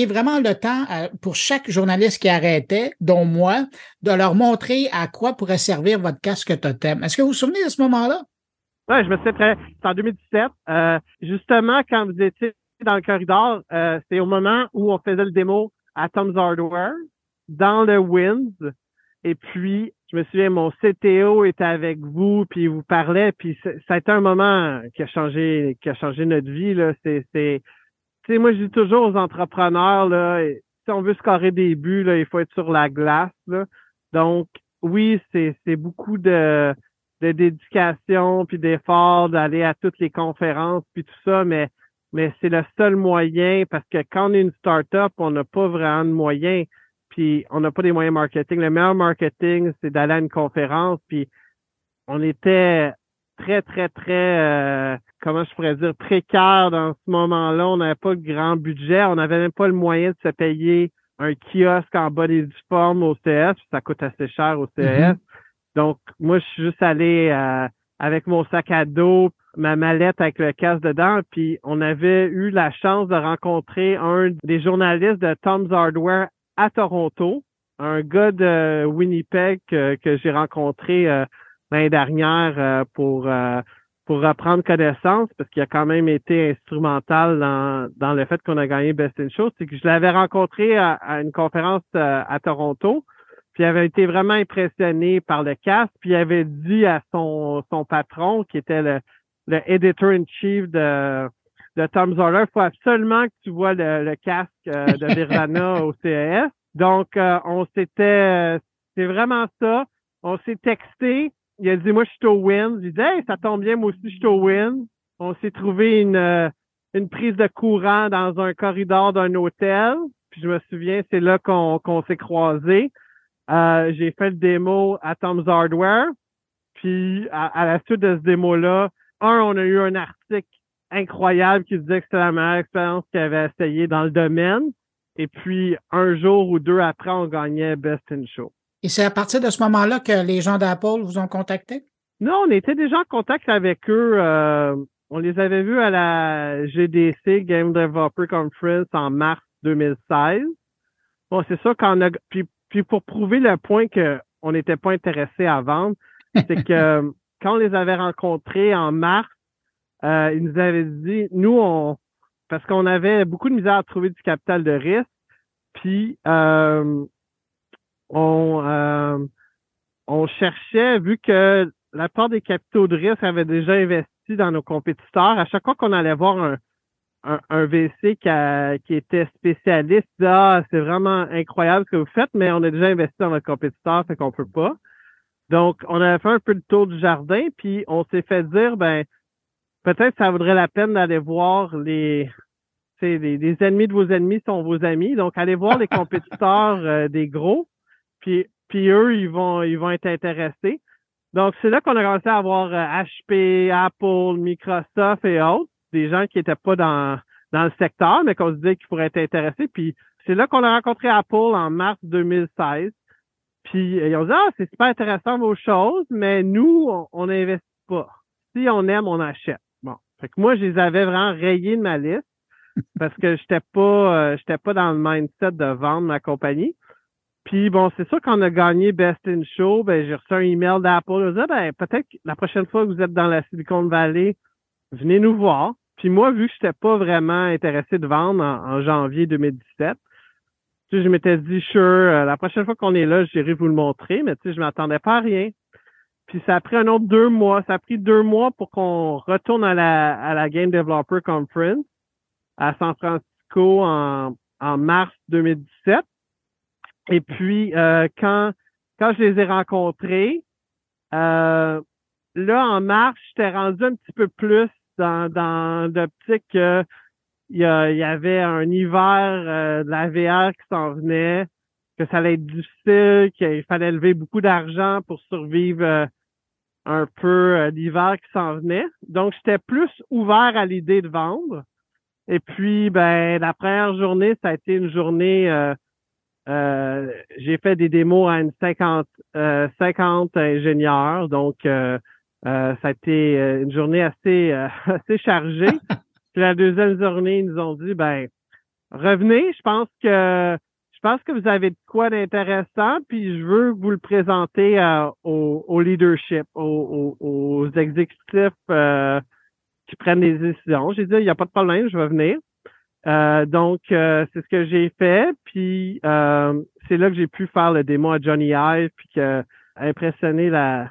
preniez vraiment le temps euh, pour chaque journaliste qui arrêtait, dont moi, de leur montrer à quoi pourrait servir votre casque totem. Est-ce que vous vous souvenez de ce moment-là? Oui, je me souviens très. C'est en deux mille dix-sept. Euh, justement, quand vous étiez dans le corridor, euh, c'est au moment où on faisait le démo à Tom's Hardware, dans le Winds. Et puis, je me souviens, mon C T O était avec vous, puis il vous parlait, puis ça a été un moment qui a changé, qui a changé notre vie, là. C'est, c'est, tu sais, moi, je dis toujours aux entrepreneurs, là, si on veut scorer des buts, là, il faut être sur la glace, là. Donc, oui, c'est, c'est beaucoup de, de dédication, puis d'effort, d'aller à toutes les conférences, puis tout ça, mais, mais c'est le seul moyen, parce que quand on est une start-up, on n'a pas vraiment de moyens. Puis on n'a pas des moyens marketing. Le meilleur marketing, c'est d'aller à une conférence. Puis on était très, très, très, euh, comment je pourrais dire, précaire dans ce moment-là. On n'avait pas de grand budget. On n'avait même pas le moyen de se payer un kiosque en bas des uniformes au C S. Ça coûte assez cher au C S. Mm-hmm. Donc, moi, je suis juste allé euh, avec mon sac à dos, ma mallette avec le casque dedans. Puis on avait eu la chance de rencontrer un des journalistes de Tom's Hardware à Toronto, un gars de Winnipeg que, que j'ai rencontré euh, l'année dernière euh, pour euh, pour reprendre connaissance, parce qu'il a quand même été instrumental dans dans le fait qu'on a gagné Best in Show. C'est que je l'avais rencontré à, à une conférence euh, à Toronto, puis il avait été vraiment impressionné par le casque, puis il avait dit à son son patron, qui était le le editor-in-chief de de Tom's Hardware, il faut absolument que tu vois le, le casque euh, de Nirvana au C E S. Donc, euh, on s'était, euh, c'est vraiment ça. On s'est texté. Il a dit, moi, je suis au Winds. Il dit, hey, ça tombe bien, moi aussi, je suis au Winds. On s'est trouvé une, euh, une prise de courant dans un corridor d'un hôtel. Puis je me souviens, c'est là qu'on, qu'on s'est croisés. Euh, j'ai fait le démo à Tom's Hardware. Puis, à, à la suite de ce démo-là, un, on a eu un article incroyable qui disait que c'était la meilleure expérience qu'il avait essayé dans le domaine. Et puis, un jour ou deux après, on gagnait Best in Show. Et c'est à partir de ce moment-là que les gens d'Apple vous ont contacté? Non, on était déjà en contact avec eux. Euh, on les avait vus à la G D C, Game Developer Conference, en mars deux mille seize. Bon, c'est ça qu'on a... Puis, puis pour prouver le point qu'on n'était pas intéressé à vendre, c'est que quand on les avait rencontrés en mars, Euh, ils nous avaient dit, nous, on, parce qu'on avait beaucoup de misère à trouver du capital de risque, puis euh, on, euh, on cherchait, vu que la part des capitaux de risque avaient déjà investi dans nos compétiteurs, à chaque fois qu'on allait voir un, un, un V C qui, a, qui était spécialiste, il disait, ah, c'est vraiment incroyable ce que vous faites, mais on a déjà investi dans notre compétiteur, fait qu'on peut pas. Donc, on avait fait un peu le tour du jardin, puis on s'est fait dire, ben, peut-être ça vaudrait la peine d'aller voir les, les, les ennemis de vos ennemis sont vos amis. Donc, allez voir les compétiteurs euh, des gros, puis, puis eux, ils vont, ils vont être intéressés. Donc, c'est là qu'on a commencé à avoir euh, H P, Apple, Microsoft et autres, des gens qui étaient pas dans, dans le secteur, mais qu'on se disait qu'ils pourraient être intéressés. Puis, c'est là qu'on a rencontré Apple en mars deux mille seize. Puis, ils ont dit, ah, c'est super intéressant vos choses, mais nous, on n'investit pas. Si on aime, on achète. Bon. Fait que moi, je les avais vraiment rayés de ma liste parce que j'étais pas, euh, j'étais pas dans le mindset de vendre ma compagnie. Puis bon, c'est sûr qu'on a gagné Best in Show, ben, j'ai reçu un email d'Apple. Je disais, ben, peut-être que la prochaine fois que vous êtes dans la Silicon Valley, venez nous voir. Puis moi, vu que j'étais pas vraiment intéressé de vendre en, en janvier deux mille dix-sept, tu sais, je m'étais dit, sure, euh, la prochaine fois qu'on est là, j'irai vous le montrer, mais tu sais, je m'attendais pas à rien. Puis ça a pris un autre deux mois. Ça a pris deux mois pour qu'on retourne à la, à la Game Developer Conference à San Francisco en, en mars deux mille dix-sept. Et puis, euh, quand, quand je les ai rencontrés, euh, là, en mars, j'étais rendu un petit peu plus dans, dans l'optique que il y, a, il y avait un hiver euh, de la V R qui s'en venait, que ça allait être difficile, qu'il fallait lever beaucoup d'argent pour survivre euh, un peu euh, l'hiver qui s'en venait. Donc, j'étais plus ouvert à l'idée de vendre. Et puis, ben, la première journée, ça a été une journée, euh, euh, j'ai fait des démos à une cinquante, euh, cinquante ingénieurs. Donc, euh, euh, ça a été une journée assez, euh, assez chargée. Puis la deuxième journée, ils nous ont dit, ben, revenez, je pense que je pense que vous avez de quoi d'intéressant, puis je veux vous le présenter euh, au, au leadership, aux, aux, aux exécutifs euh, qui prennent des décisions. J'ai dit, il n'y a pas de problème, je vais venir. Euh, donc, euh, c'est ce que j'ai fait, puis euh, c'est là que j'ai pu faire le démo à Johnny Ive, puis que impressionner la,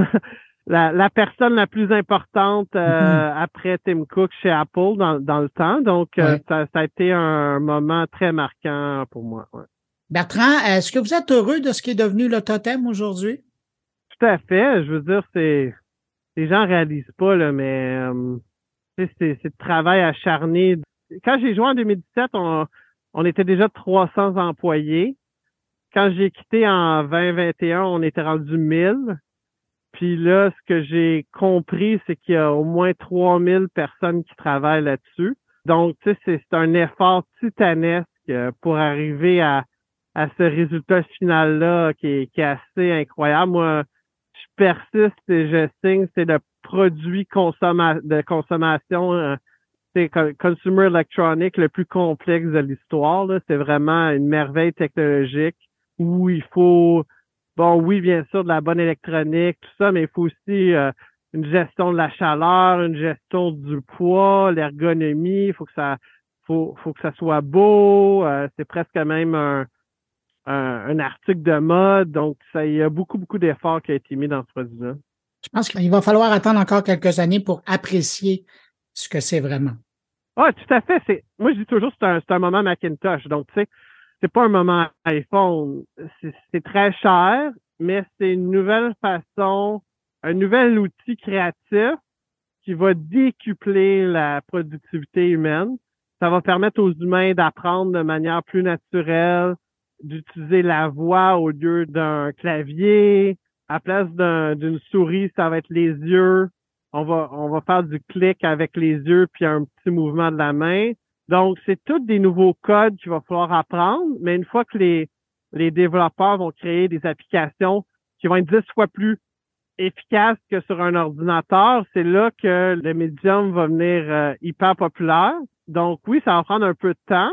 la la personne la plus importante euh, mm-hmm. après Tim Cook chez Apple dans, dans le temps. Donc, ouais. euh, ça, ça a été un moment très marquant pour moi. Ouais. Bertrand, est-ce que vous êtes heureux de ce qui est devenu le totem aujourd'hui? Tout à fait. Je veux dire, c'est les gens réalisent pas, là, mais euh, c'est, c'est le travail acharné. Quand j'ai joué en deux mille dix-sept, on, on était déjà trois cents employés. Quand j'ai quitté en vingt vingt et un, on était rendu mille. Puis là, ce que j'ai compris, c'est qu'il y a au moins trois mille personnes qui travaillent là-dessus. Donc, tu sais, c'est, c'est un effort titanesque pour arriver à, à ce résultat final-là qui est, qui est assez incroyable. Moi, je persiste et je signe, c'est le produit consomma- de consommation, euh, c'est consumer electronic le plus complexe de l'histoire, là. C'est vraiment une merveille technologique où il faut, bon, oui, bien sûr, de la bonne électronique, tout ça, mais il faut aussi euh, une gestion de la chaleur, une gestion du poids, l'ergonomie, il faut que ça faut, faut que ça soit beau, euh, c'est presque même un, un, un article de mode, donc ça, il y a beaucoup, beaucoup d'efforts qui ont été mis dans ce produit-là. Je pense qu'il va falloir attendre encore quelques années pour apprécier ce que c'est vraiment. Ah, tout à fait. C'est, moi, je dis toujours que c'est un, c'est un moment Macintosh. Donc, tu sais, c'est pas un moment iPhone. C'est, c'est très cher, mais c'est une nouvelle façon, un nouvel outil créatif qui va décupler la productivité humaine. Ça va permettre aux humains d'apprendre de manière plus naturelle, d'utiliser la voix au lieu d'un clavier. À la place d'un, d'une souris, ça va être les yeux. On va, on va faire du clic avec les yeux puis un petit mouvement de la main. Donc, c'est tous des nouveaux codes qu'il va falloir apprendre, mais une fois que les, les développeurs vont créer des applications qui vont être dix fois plus efficaces que sur un ordinateur, c'est là que le médium va venir euh, hyper populaire. Donc, oui, ça va prendre un peu de temps,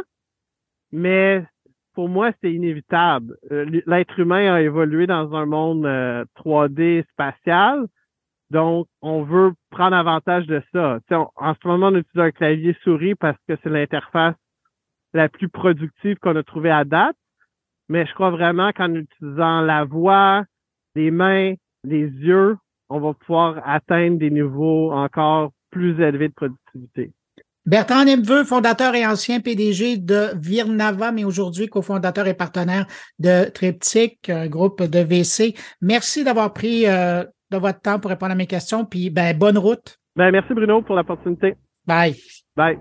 mais pour moi, c'est inévitable. Euh, l'être humain a évolué dans un monde euh, trois D spatial. Donc, on veut prendre avantage de ça. On, en ce moment, on utilise un clavier souris parce que c'est l'interface la plus productive qu'on a trouvée à date. Mais je crois vraiment qu'en utilisant la voix, les mains, les yeux, on va pouvoir atteindre des niveaux encore plus élevés de productivité. Bertrand Nepveux, fondateur et ancien P D G de Virnava, mais aujourd'hui cofondateur et partenaire de Triptyque, un groupe de V C. Merci d'avoir pris euh, de votre temps pour répondre à mes questions, puis ben bonne route. Ben merci Bruno pour l'opportunité. Bye. Bye.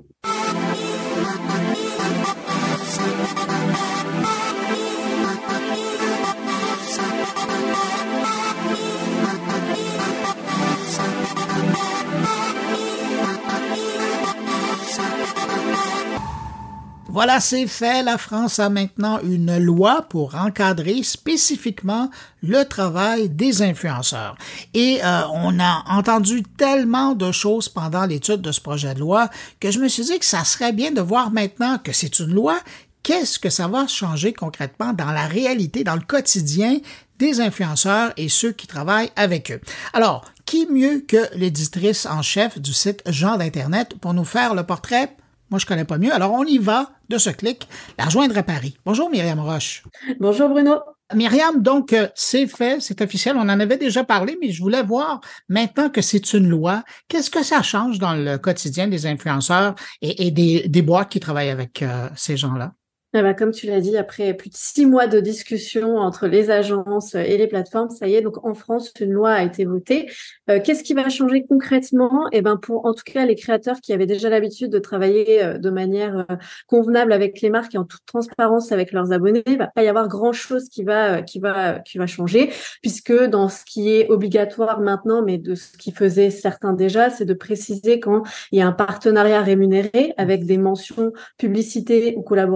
Voilà, c'est fait. La France a maintenant une loi pour encadrer spécifiquement le travail des influenceurs. Et euh, on a entendu tellement de choses pendant l'étude de ce projet de loi que je me suis dit que ça serait bien de voir maintenant que c'est une loi. Qu'est-ce que ça va changer concrètement dans la réalité, dans le quotidien des influenceurs et ceux qui travaillent avec eux? Alors, qui mieux que l'éditrice en chef du site Gens d'Internet pour nous faire le portrait? Moi, je connais pas mieux. Alors, on y va de ce clic, la rejoindre à Paris. Bonjour, Myriam Roche. Bonjour, Bruno. Myriam, donc, euh, c'est fait, c'est officiel. On en avait déjà parlé, mais je voulais voir, maintenant que c'est une loi, qu'est-ce que ça change dans le quotidien des influenceurs et, et des, des boîtes qui travaillent avec euh, ces gens-là? Eh ben, comme tu l'as dit, après plus de six mois de discussion entre les agences et les plateformes, ça y est, donc en France, une loi a été votée. Euh, qu'est-ce qui va changer concrètement? Eh ben, pour en tout cas les créateurs qui avaient déjà l'habitude de travailler euh, de manière euh, convenable avec les marques et en toute transparence avec leurs abonnés, il va pas y avoir grand-chose qui va qui va qui va changer, puisque dans ce qui est obligatoire maintenant, mais de ce qui faisait certains déjà, c'est de préciser quand il y a un partenariat rémunéré avec des mentions publicité ou collaboration commerciale,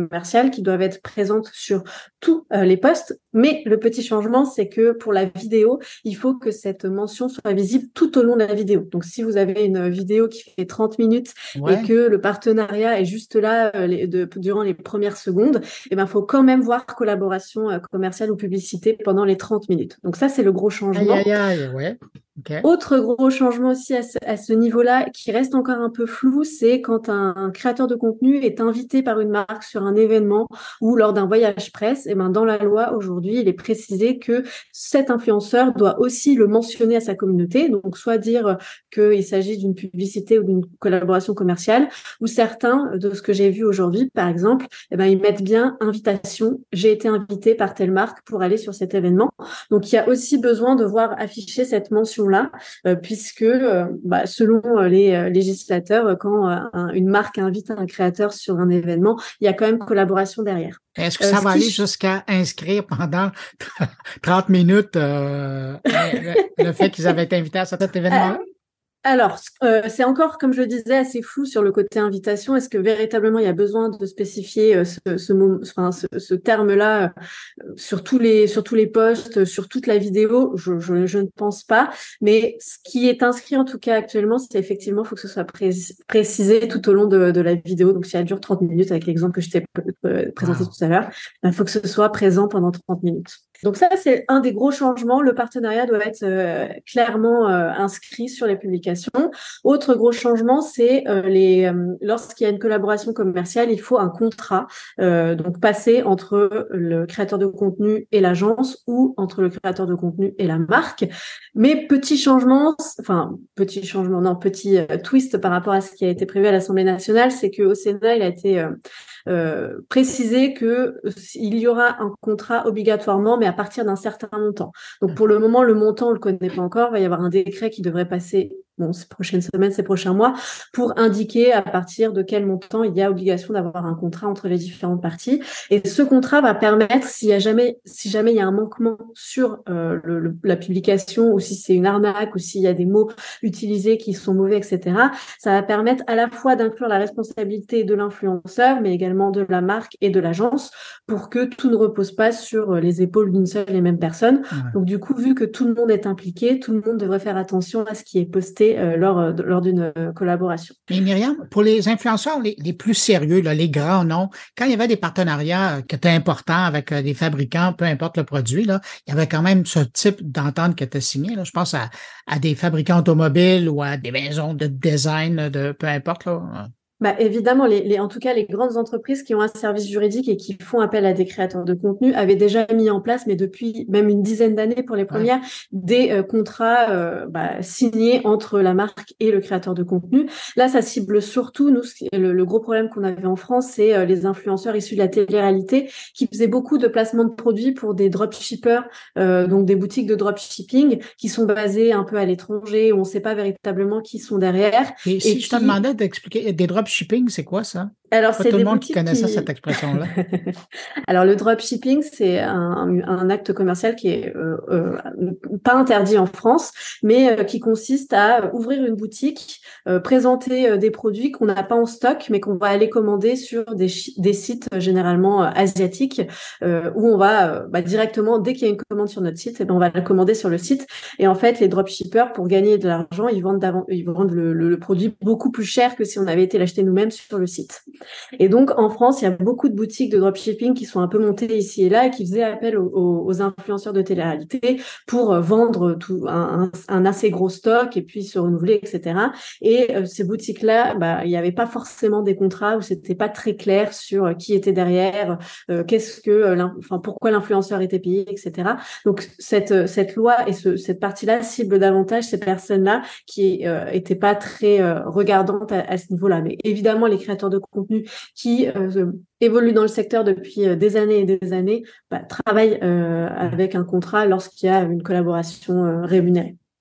commerciales qui doivent être présentes sur tous euh, les posts. Mais le petit changement, c'est que pour la vidéo, il faut que cette mention soit visible tout au long de la vidéo. Donc, si vous avez une vidéo qui fait trente minutes ouais. et que le partenariat est juste là euh, les, de, durant les premières secondes, eh ben, faut quand même voir collaboration euh, commerciale ou publicité pendant les trente minutes. Donc ça, c'est le gros changement. Aïe, aïe, aïe, ouais. Okay. Autre gros changement aussi à ce, à ce niveau-là, qui reste encore un peu flou, c'est quand un, un créateur de contenu est invité par une marque sur un événement ou lors d'un voyage presse. Et ben dans la loi aujourd'hui, il est précisé que cet influenceur doit aussi le mentionner à sa communauté, donc soit dire qu'il s'agit d'une publicité ou d'une collaboration commerciale, ou certains de ce que j'ai vu aujourd'hui, par exemple, eh ben ils mettent bien invitation. J'ai été invité par telle marque pour aller sur cet événement. Donc il y a aussi besoin de voir afficher cette mention là, euh, puisque euh, bah, selon euh, les euh, législateurs, quand euh, un, une marque invite un créateur sur un événement, il y a quand même collaboration derrière. Est-ce que ça euh, va aller qui... jusqu'à inscrire pendant trente minutes euh, le, le fait qu'ils avaient été invités à cet événement-là? Alors, euh, c'est encore, comme je le disais, assez flou sur le côté invitation. Est-ce que véritablement il y a besoin de spécifier euh, ce, ce, enfin, ce, ce terme-là euh, sur tous les sur tous les posts, sur toute la vidéo? Je, je, je ne pense pas. Mais ce qui est inscrit en tout cas actuellement, c'est effectivement, il faut que ce soit pré- précisé tout au long de, de la vidéo. Donc, si elle dure trente minutes, avec l'exemple que je t'ai euh, présenté wow. tout à l'heure, il faut que ce soit présent pendant trente minutes. Donc ça, c'est un des gros changements. Le partenariat doit être euh, clairement euh, inscrit sur les publications. Autre gros changement, c'est euh, les euh, lorsqu'il y a une collaboration commerciale, il faut un contrat euh, donc passé entre le créateur de contenu et l'agence ou entre le créateur de contenu et la marque. Mais petit changement, enfin petit changement, non petit euh, twist par rapport à ce qui a été prévu à l'Assemblée nationale, c'est qu'au Sénat, il a été euh, Euh, préciser que euh, il y aura un contrat obligatoirement, mais à partir d'un certain montant. Donc pour le moment, le montant on le connaît pas encore. Il va y avoir un décret qui devrait passer bon ces prochaines semaines, ces prochains mois, pour indiquer à partir de quel montant il y a obligation d'avoir un contrat entre les différentes parties. Et ce contrat va permettre, s'il y a jamais, si jamais il y a un manquement sur euh, le, le, la publication, ou si c'est une arnaque, ou s'il y a des mots utilisés qui sont mauvais, et cetera, ça va permettre à la fois d'inclure la responsabilité de l'influenceur, mais également de la marque et de l'agence, pour que tout ne repose pas sur les épaules d'une seule et même personne. Ouais. Donc du coup, vu que tout le monde est impliqué, tout le monde devrait faire attention à ce qui est posté euh, lors, de, lors d'une euh, collaboration. Mais Myriam, pour les influenceurs les, les plus sérieux, là, les grands noms, quand il y avait des partenariats qui étaient importants avec euh, des fabricants, peu importe le produit, là, il y avait quand même ce type d'entente qui était signé. Là. Je pense à, à des fabricants automobiles ou à des maisons de design, de peu importe, là. Bah, évidemment, les, les, en tout cas, les grandes entreprises qui ont un service juridique et qui font appel à des créateurs de contenu avaient déjà mis en place, mais depuis même une dizaine d'années pour les premières, ouais. des euh, contrats euh, bah, signés entre la marque et le créateur de contenu. Là, ça cible surtout, nous, le, le gros problème qu'on avait en France, c'est euh, les influenceurs issus de la télé-réalité qui faisaient beaucoup de placements de produits pour des dropshippers, euh, donc des boutiques de dropshipping qui sont basées un peu à l'étranger, où on ne sait pas véritablement qui sont derrière. Et, et si je qui... te demandais d'expliquer des dropshipping, Shipping, c'est quoi ça? Alors, pas c'est tout des le monde qui connaissait qui... cette expression-là. Alors, le dropshipping, c'est un, un acte commercial qui est euh, euh, pas interdit en France, mais euh, qui consiste à ouvrir une boutique, euh, présenter euh, des produits qu'on n'a pas en stock, mais qu'on va aller commander sur des, des sites euh, généralement euh, asiatiques, euh, où on va euh, bah, directement, dès qu'il y a une commande sur notre site, eh ben, on va la commander sur le site. Et en fait, les dropshippers, pour gagner de l'argent, ils vendent, ils vendent le, le, le produit beaucoup plus cher que si on avait été l'acheter nous-mêmes sur le site. Et donc, en France, il y a beaucoup de boutiques de dropshipping qui sont un peu montées ici et là et qui faisaient appel aux, aux influenceurs de télé-réalité pour vendre tout, un, un assez gros stock et puis se renouveler, et cetera. Et euh, ces boutiques-là, bah, il n'y avait pas forcément des contrats où c'était pas très clair sur qui était derrière, euh, qu'est-ce que, euh, enfin, pourquoi l'influenceur était payé, et cetera. Donc, cette, cette loi et ce, cette partie-là cible davantage ces personnes-là qui euh, étaient pas très euh, regardantes à, à ce niveau-là. Mais évidemment, les créateurs de contenu qui euh, évoluent dans le secteur depuis euh, des années et des années, bah, travaillent euh, avec un contrat lorsqu'il y a une collaboration euh, rémunérée.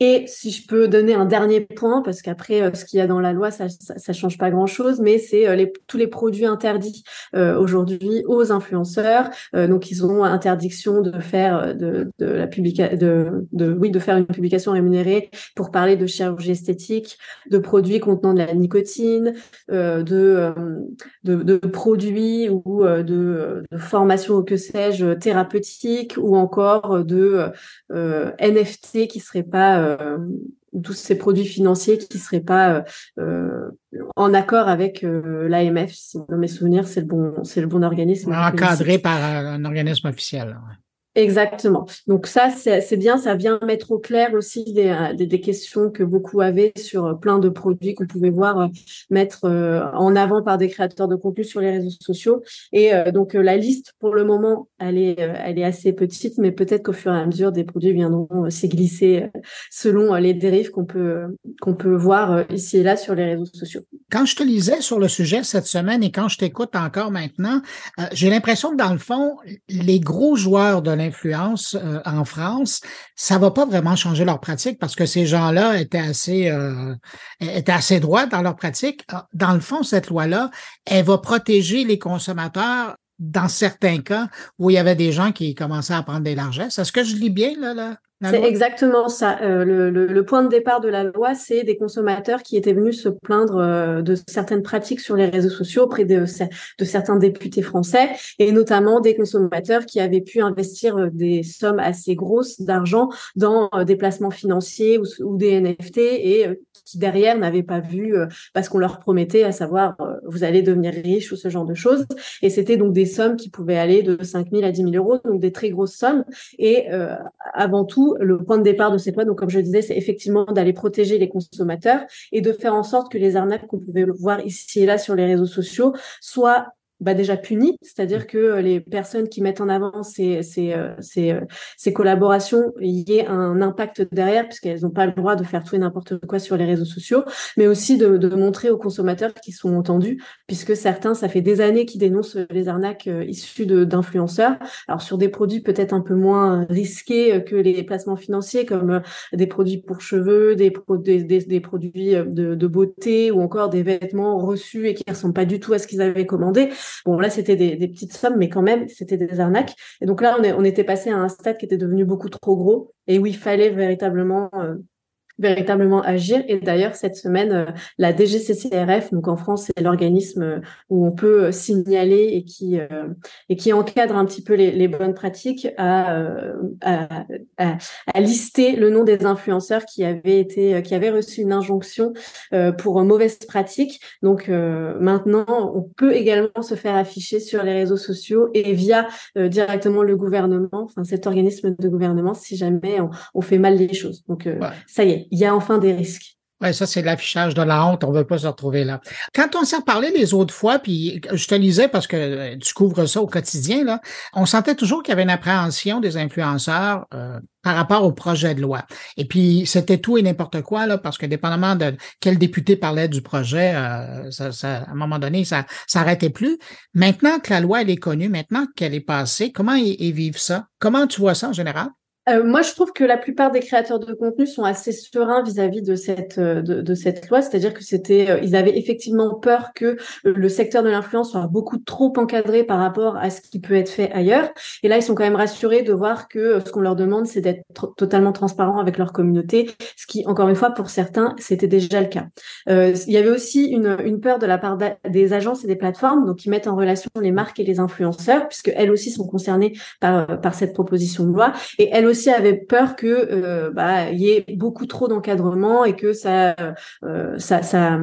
Et si je peux donner un dernier point, parce qu'après, euh, ce qu'il y a dans la loi, ça, ça, ça change pas grand-chose, mais c'est euh, les, tous les produits interdits euh, aujourd'hui aux influenceurs. Euh, donc, ils ont interdiction de faire de, de la publica- de, de, oui, de faire une publication rémunérée pour parler de chirurgie esthétique, de produits contenant de la nicotine, euh, de, euh, de, de produits ou euh, de, de formations, que sais-je, thérapeutiques, ou encore de euh, N F T qui seraient pas Euh, tous ces produits financiers qui seraient pas euh, en accord avec euh, l'A M F, si dans mes souvenirs, c'est le bon, c'est le bon organisme. Encadré par un organisme officiel. Ouais. Exactement. Donc ça, c'est, c'est bien, ça vient mettre au clair aussi des, des, des questions que beaucoup avaient sur plein de produits qu'on pouvait voir euh, mettre euh, en avant par des créateurs de contenu sur les réseaux sociaux. Et euh, donc euh, la liste, pour le moment, elle est, euh, elle est assez petite, mais peut-être qu'au fur et à mesure, des produits viendront euh, s'y glisser euh, selon euh, les dérives qu'on peut, euh, qu'on peut voir euh, ici et là sur les réseaux sociaux. Quand je te lisais sur le sujet cette semaine et quand je t'écoute encore maintenant, euh, j'ai l'impression que dans le fond, les gros joueurs de l'influence euh, en France, ça va pas vraiment changer leur pratique parce que ces gens-là étaient assez euh, étaient assez droits dans leur pratique. Dans le fond, cette loi-là, elle va protéger les consommateurs dans certains cas où il y avait des gens qui commençaient à prendre des largesses. Est-ce que je lis bien là, là? C'est exactement ça. Euh, le, le, le point de départ de la loi, c'est des consommateurs qui étaient venus se plaindre euh, de certaines pratiques sur les réseaux sociaux auprès de, de certains députés français, et notamment des consommateurs qui avaient pu investir euh, des sommes assez grosses d'argent dans euh, des placements financiers ou, ou des N F T, et euh, qui derrière n'avaient pas vu euh, parce qu'on leur promettait, à savoir euh, vous allez devenir riche ou ce genre de choses. Et c'était donc des sommes qui pouvaient aller de cinq mille à dix mille euros, donc des très grosses sommes. Et euh, avant tout, le point de départ de cette loi, donc comme je le disais, c'est effectivement d'aller protéger les consommateurs et de faire en sorte que les arnaques qu'on pouvait voir ici et là sur les réseaux sociaux soient bah déjà punies, c'est-à-dire que les personnes qui mettent en avant ces, ces, ces, ces collaborations, il y ait un impact derrière, puisqu'elles n'ont pas le droit de faire tout et n'importe quoi sur les réseaux sociaux, mais aussi de, de montrer aux consommateurs qu'ils sont entendus, puisque certains, ça fait des années qu'ils dénoncent les arnaques issues de, d'influenceurs. Alors sur des produits peut-être un peu moins risqués que les placements financiers, comme des produits pour cheveux, des, pro- des, des, des produits de, de beauté, ou encore des vêtements reçus et qui ne ressemblent pas du tout à ce qu'ils avaient commandé. Bon, là, c'était des, des petites sommes, mais quand même, c'était des arnaques. Et donc là, on, est, on était passé à un stade qui était devenu beaucoup trop gros et où il fallait véritablement... Euh, véritablement agir. Et d'ailleurs, cette semaine, euh, la D G C C R F, donc en France, c'est l'organisme où on peut signaler et qui euh, et qui encadre un petit peu les, les bonnes pratiques, à, euh, à, à, à lister le nom des influenceurs qui avaient été, qui avaient reçu une injonction euh, pour mauvaise pratique. Donc euh, maintenant, on peut également se faire afficher sur les réseaux sociaux et via euh, directement le gouvernement, enfin cet organisme de gouvernement, si jamais on, on fait mal les choses. Donc euh, ouais. Ça y est. Il y a enfin des risques. Oui, ça, c'est l'affichage de la honte. On ne veut pas se retrouver là. Quand on s'est reparlé les autres fois, puis je te lisais parce que tu couvres ça au quotidien, là, on sentait toujours qu'il y avait une appréhension des influenceurs euh, par rapport au projet de loi. Et puis, c'était tout et n'importe quoi, là, parce que dépendamment de quel député parlait du projet, euh, ça, ça, à un moment donné, ça s'arrêtait plus. Maintenant que la loi, elle est connue, maintenant qu'elle est passée, comment ils, ils vivent ça? Comment tu vois ça en général? Euh, moi, je trouve que la plupart des créateurs de contenu sont assez sereins vis-à-vis de cette de, de cette loi, c'est-à-dire que c'était, euh, ils avaient effectivement peur que le secteur de l'influence soit beaucoup trop encadré par rapport à ce qui peut être fait ailleurs. Et là, ils sont quand même rassurés de voir que ce qu'on leur demande, c'est d'être tr- totalement transparent avec leur communauté, ce qui, encore une fois, pour certains, c'était déjà le cas. Euh, il y avait aussi une une peur de la part des agences et des plateformes, donc qui mettent en relation les marques et les influenceurs, puisque elles aussi sont concernées par par cette proposition de loi, et elles aussi avait peur que euh, bah il y ait beaucoup trop d'encadrement et que ça euh, ça ça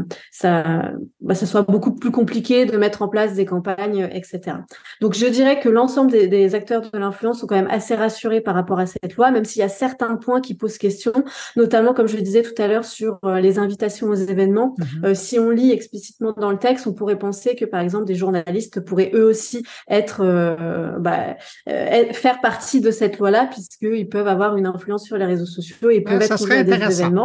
ça bah ça soit beaucoup plus compliqué de mettre en place des campagnes, et cetera. Donc je dirais que l'ensemble des, des acteurs de l'influence sont quand même assez rassurés par rapport à cette loi, même s'il y a certains points qui posent question, notamment comme je le disais tout à l'heure sur euh, les invitations aux événements. Mmh. Euh, si on lit explicitement dans le texte, on pourrait penser que par exemple des journalistes pourraient eux aussi être euh, bah, euh, faire partie de cette loi-là, puisque ils peuvent avoir une influence sur les réseaux sociaux et peuvent ouais, être conviés à des événements.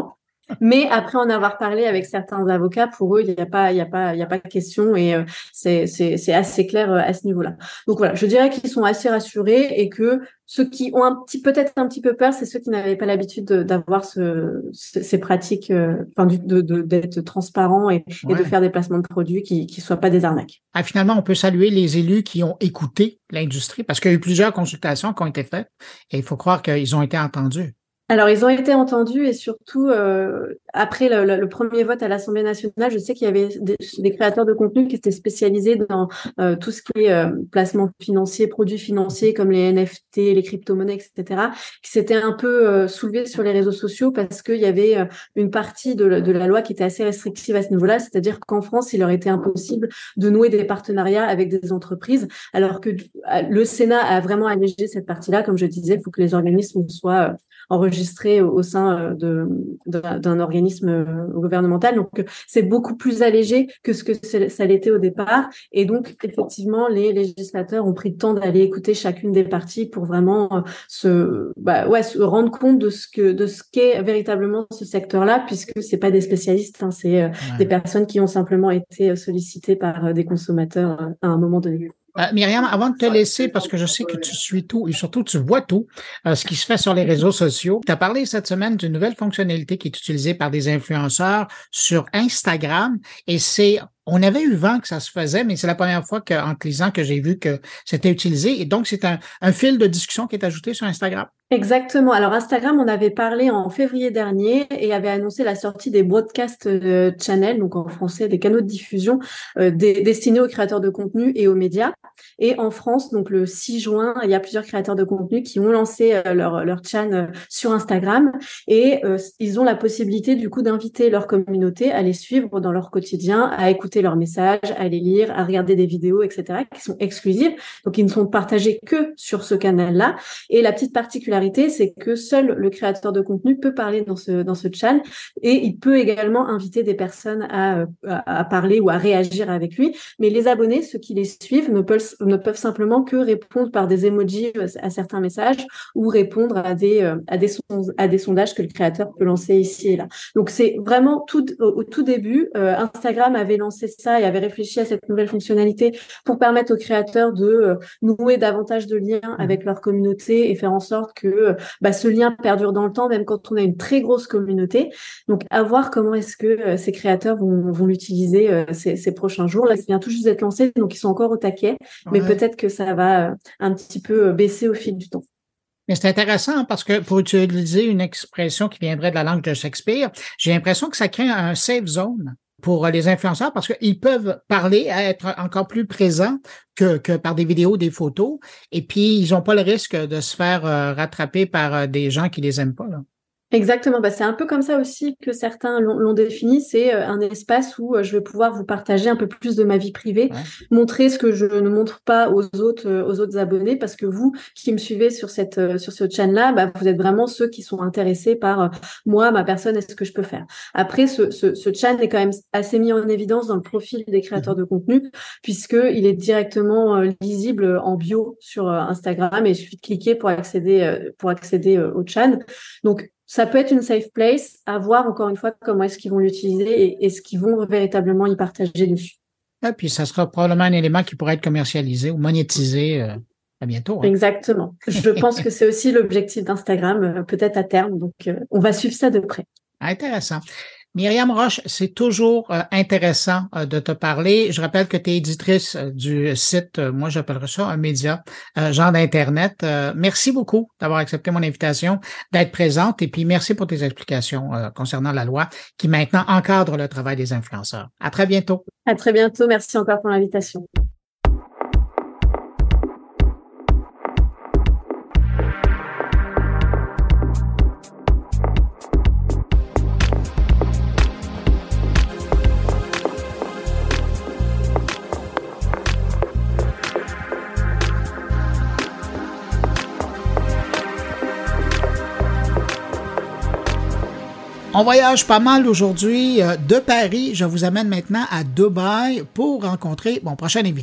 Mais après en avoir parlé avec certains avocats, pour eux, il n'y a pas, il y a pas, il y a pas de question et euh, c'est, c'est, c'est assez clair euh, à ce niveau-là. Donc voilà, je dirais qu'ils sont assez rassurés et que ceux qui ont un petit, peut-être un petit peu peur, c'est ceux qui n'avaient pas l'habitude de, d'avoir ce, ce, ces pratiques, euh, enfin, du, de, de, d'être transparents et, ouais. et de faire des placements de produits qui, qui soient pas des arnaques. Ah, finalement, on peut saluer les élus qui ont écouté l'industrie parce qu'il y a eu plusieurs consultations qui ont été faites et il faut croire qu'ils ont été entendus. Alors, ils ont été entendus et surtout, euh, après le, le, le premier vote à l'Assemblée nationale, je sais qu'il y avait des, des créateurs de contenu qui étaient spécialisés dans euh, tout ce qui est euh, placement financier, produits financiers comme les N F T, les crypto-monnaies, et cetera, qui s'étaient un peu euh, soulevés sur les réseaux sociaux parce qu'il y avait euh, une partie de, la, de la loi qui était assez restrictive à ce niveau-là, c'est-à-dire qu'en France, il leur était impossible de nouer des partenariats avec des entreprises, alors que le Sénat a vraiment allégé cette partie-là. Comme je disais, il faut que les organismes soient euh, enregistré au sein de, de d'un organisme gouvernemental. Donc, c'est beaucoup plus allégé que ce que ça l'était au départ. Et donc, effectivement, les législateurs ont pris le temps d'aller écouter chacune des parties pour vraiment se, bah, ouais, se rendre compte de ce que, de ce qu'est véritablement ce secteur-là, puisque c'est pas des spécialistes, hein, c'est ouais. des personnes qui ont simplement été sollicitées par des consommateurs à un moment donné. Euh, Myriam, avant de te laisser, parce que je sais que tu suis tout et surtout tu vois tout, euh, ce qui se fait sur les réseaux sociaux, tu as parlé cette semaine d'une nouvelle fonctionnalité qui est utilisée par des influenceurs sur Instagram et c'est, on avait eu vent que ça se faisait, mais c'est la première fois qu'en te lisant que j'ai vu que c'était utilisé et donc c'est un, un fil de discussion qui est ajouté sur Instagram. Exactement. Alors Instagram, on avait parlé en février dernier et avait annoncé la sortie des broadcast euh, channels, donc en français des canaux de diffusion euh, des, destinés aux créateurs de contenu et aux médias. Et en France, donc le six juin, il y a plusieurs créateurs de contenu qui ont lancé euh, leur leur chaîne euh, sur Instagram et euh, ils ont la possibilité du coup d'inviter leur communauté à les suivre dans leur quotidien, à écouter leurs messages, à les lire, à regarder des vidéos, et cetera, qui sont exclusives, donc ils ne sont partagés que sur ce canal-là. Et la petite particularité, c'est que seul le créateur de contenu peut parler dans ce dans ce chat et il peut également inviter des personnes à, à, à parler ou à réagir avec lui. Mais les abonnés, ceux qui les suivent, ne peuvent ne peuvent simplement que répondre par des emojis à certains messages ou répondre à des à des à des sondages que le créateur peut lancer ici et là. Donc c'est vraiment tout au, au tout début. Euh, Instagram avait lancé ça et avait réfléchi à cette nouvelle fonctionnalité pour permettre aux créateurs de euh, nouer davantage de liens avec leur communauté et faire en sorte que que bah, ce lien perdure dans le temps, même quand on a une très grosse communauté. Donc, à voir comment est-ce que euh, ces créateurs vont, vont l'utiliser euh, ces, ces prochains jours. Là, ça vient tout juste d'être lancé, donc ils sont encore au taquet, ouais. mais peut-être que ça va euh, un petit peu baisser au fil du temps. Mais c'est intéressant parce que pour utiliser une expression qui viendrait de la langue de Shakespeare, j'ai l'impression que ça crée un safe zone pour les influenceurs parce qu'ils peuvent parler, être encore plus présents que, que par des vidéos, des photos, et puis ils n'ont pas le risque de se faire euh, rattraper par euh, des gens qui les aiment pas, là. Exactement, bah, c'est un peu comme ça aussi que certains l'ont, l'ont défini, c'est euh, un espace où euh, je vais pouvoir vous partager un peu plus de ma vie privée, ouais. montrer ce que je ne montre pas aux autres euh, aux autres abonnés, parce que vous qui me suivez sur cette euh, sur ce channel-là, bah, vous êtes vraiment ceux qui sont intéressés par euh, moi, ma personne, et ce que je peux faire. Après, ce ce, ce channel est quand même assez mis en évidence dans le profil des créateurs de contenu, puisque il est directement euh, lisible en bio sur euh, Instagram et il suffit de cliquer pour accéder euh, pour accéder euh, au channel. Donc ça peut être une safe place, à voir encore une fois comment est-ce qu'ils vont l'utiliser et, et ce qu'ils vont véritablement y partager dessus. Et puis, ça sera probablement un élément qui pourrait être commercialisé ou monétisé euh, à bientôt. Hein. Exactement. Je pense que c'est aussi l'objectif d'Instagram, euh, peut-être à terme. Donc, euh, on va suivre ça de près. Intéressant. Myriam Roche, c'est toujours euh, intéressant euh, de te parler. Je rappelle que tu es éditrice euh, du site, euh, moi j'appellerais ça un média, euh, genre d'Internet. Euh, merci beaucoup d'avoir accepté mon invitation, d'être présente et puis merci pour tes explications euh, concernant la loi qui maintenant encadre le travail des influenceurs. À très bientôt. À très bientôt. Merci encore pour l'invitation. On voyage pas mal aujourd'hui de Paris. Je vous amène maintenant à Dubaï pour rencontrer mon prochain invité.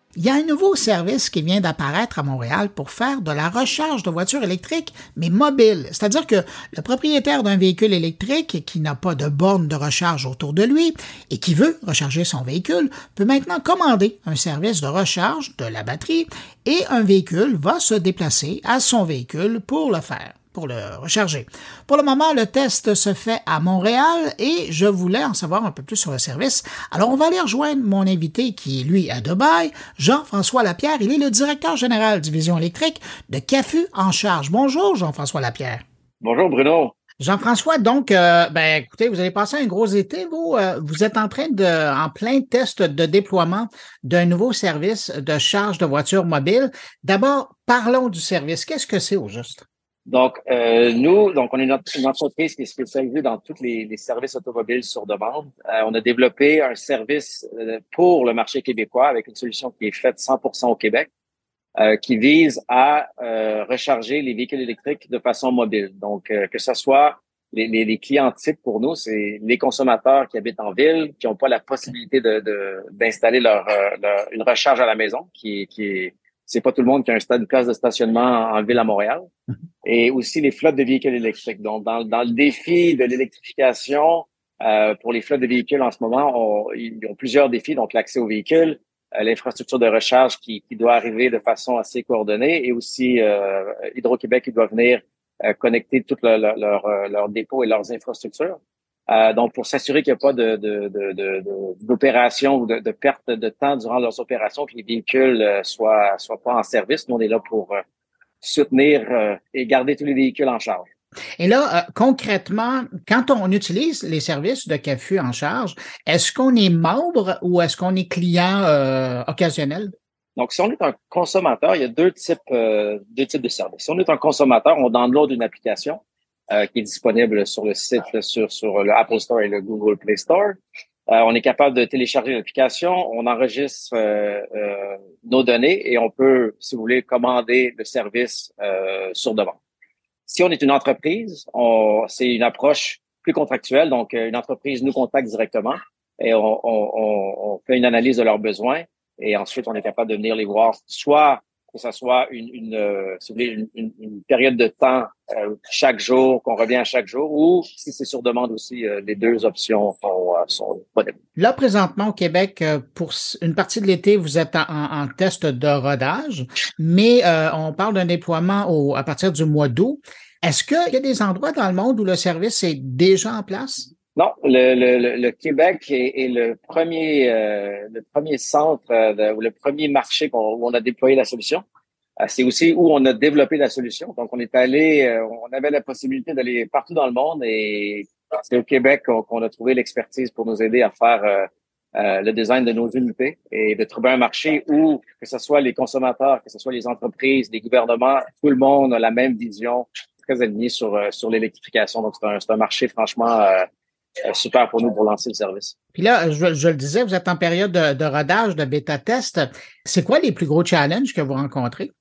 Il y a un nouveau service qui vient d'apparaître à Montréal pour faire de la recharge de voitures électriques, mais mobile. C'est-à-dire que le propriétaire d'un véhicule électrique qui n'a pas de borne de recharge autour de lui et qui veut recharger son véhicule peut maintenant commander un service de recharge de la batterie et un véhicule va se déplacer à son véhicule pour le faire. Pour le recharger. Pour le moment, le test se fait à Montréal et je voulais en savoir un peu plus sur le service. Alors, on va aller rejoindre mon invité qui est, lui, à Dubaï, Jean-François Lapierre. Il est le directeur général division électrique de CAFU En Charge. Bonjour, Jean-François Lapierre. Bonjour, Bruno. Jean-François, donc, euh, ben, écoutez, vous avez passé un gros été, vous. Euh, vous êtes en train de, en plein test de déploiement d'un nouveau service de charge de voitures mobiles. D'abord, parlons du service. Qu'est-ce que c'est au juste? Donc, euh, nous, donc, on est une, une entreprise qui est spécialisée dans tous les, les services automobiles sur demande. Euh, on a développé un service euh, pour le marché québécois avec une solution qui est faite cent pour cent au Québec, euh, qui vise à euh, recharger les véhicules électriques de façon mobile. Donc, euh, que ce soit les, les, les clients types pour nous, c'est les consommateurs qui habitent en ville, qui n'ont pas la possibilité de, de d'installer leur, euh, leur une recharge à la maison, qui, qui est c'est pas tout le monde qui a un stade, une place de stationnement en, en ville à Montréal. Et aussi les flottes de véhicules électriques. Donc, dans, dans le défi de l'électrification, euh, pour les flottes de véhicules en ce moment, on, ils ont plusieurs défis. Donc, l'accès aux véhicules, euh, l'infrastructure de recharge qui, qui doit arriver de façon assez coordonnée et aussi euh, Hydro-Québec qui doit venir euh, connecter tous leurs leur, leur, leur dépôts et leurs infrastructures. Euh, donc, pour s'assurer qu'il n'y a pas de, de, de, de, de, d'opération ou de, de perte de temps durant leurs opérations, que les véhicules euh, soient, soient pas en service. Nous, on est là pour euh, soutenir euh, et garder tous les véhicules en charge. Et là, euh, concrètement, quand on utilise les services de CAFU En Charge, est-ce qu'on est membre ou est-ce qu'on est client euh, occasionnel? Donc, si on est un consommateur, il y a deux types, euh, deux types de services. Si on est un consommateur, on download une application Euh, qui est disponible sur le site, sur, sur le Apple Store et le Google Play Store. Euh, on est capable de télécharger l'application, on enregistre euh, euh, nos données et on peut, si vous voulez, commander le service euh, sur demande. Si on est une entreprise, on, c'est une approche plus contractuelle. Donc, une entreprise nous contacte directement et on, on, on fait une analyse de leurs besoins et ensuite, on est capable de venir les voir, soit que ça soit une, une, euh, si vous voulez, une, une, une période de temps euh, chaque jour, qu'on revient à chaque jour, ou si c'est sur demande aussi, euh, les deux options sont, euh, sont disponibles. Là, présentement, au Québec, euh, pour une partie de l'été, vous êtes en, en test de rodage, mais euh, on parle d'un déploiement au, à partir du mois d'août. Est-ce qu'il y a des endroits dans le monde où le service est déjà en place? Non, le, le, le Québec est, est le premier euh, le premier centre euh, de, ou le premier marché qu'on, où on a déployé la solution. Euh, c'est aussi où on a développé la solution. Donc, on est allé, euh, on avait la possibilité d'aller partout dans le monde et c'est au Québec qu'on, qu'on a trouvé l'expertise pour nous aider à faire euh, euh, le design de nos unités et de trouver un marché où, que ce soit les consommateurs, que ce soit les entreprises, les gouvernements, tout le monde a la même vision, très aligné sur euh, sur l'électrification. Donc, c'est un, c'est un marché franchement euh, Euh, super pour nous pour lancer le service. Puis là, je, je le disais, vous êtes en période de, de rodage, de bêta-test. C'est quoi les plus gros challenges que vous rencontrez?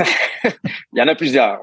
Il y en a plusieurs.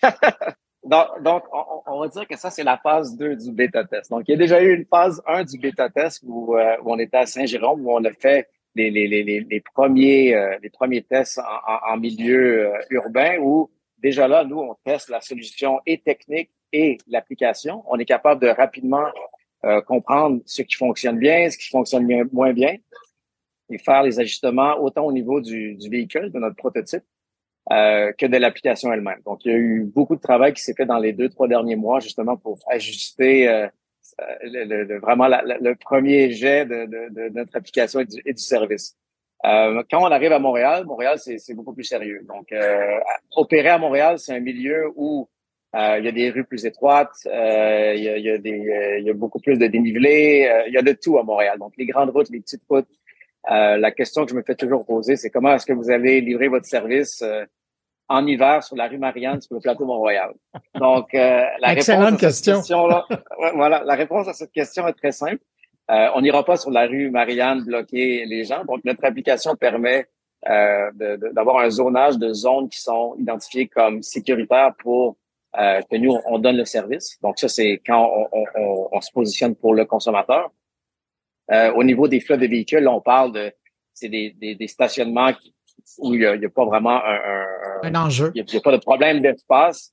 donc, donc on, on va dire que ça, c'est la phase deux du bêta-test. Donc, il y a déjà eu une phase un du bêta-test où, euh, où on était à Saint-Jérôme, où on a fait les, les, les, les premiers, euh, les premiers tests en, en, en milieu euh, urbain, où déjà là, nous, on teste la solution et technique et l'application. On est capable de rapidement Euh, comprendre ce qui fonctionne bien, ce qui fonctionne bien, moins bien, et faire les ajustements autant au niveau du, du véhicule, de notre prototype, euh, que de l'application elle-même. Donc, il y a eu beaucoup de travail qui s'est fait dans les deux, trois derniers mois, justement, pour ajuster euh, le, le, le, vraiment la, la, le premier jet de, de, de notre application et du, et du service. Euh, quand on arrive à Montréal, Montréal, c'est, c'est beaucoup plus sérieux. Donc, euh, opérer à Montréal, c'est un milieu où Euh, il y a des rues plus étroites, euh, il, y a, il, y a des, euh, il y a beaucoup plus de dénivelé, euh, il y a de tout à Montréal. Donc, les grandes routes, les petites routes. Euh, la question que je me fais toujours poser, c'est comment est-ce que vous allez livrer votre service euh, en hiver sur la rue Marianne, sur le plateau Mont-Royal? Donc, euh, la Excellente réponse à question. cette question-là, voilà, la réponse à cette question est très simple. Euh, on n'ira pas sur la rue Marianne bloquer les gens. Donc, notre application permet euh, de, de, d'avoir un zonage de zones qui sont identifiées comme sécuritaires pour Euh, que nous, on donne le service. Donc, ça, c'est quand on, on, on, on se positionne pour le consommateur. Euh, au niveau des flottes de véhicules, là, on parle de c'est des, des, des stationnements qui, où il n'y a, il y a pas vraiment un, un, un enjeu. Il n'y a, a pas de problème d'espace.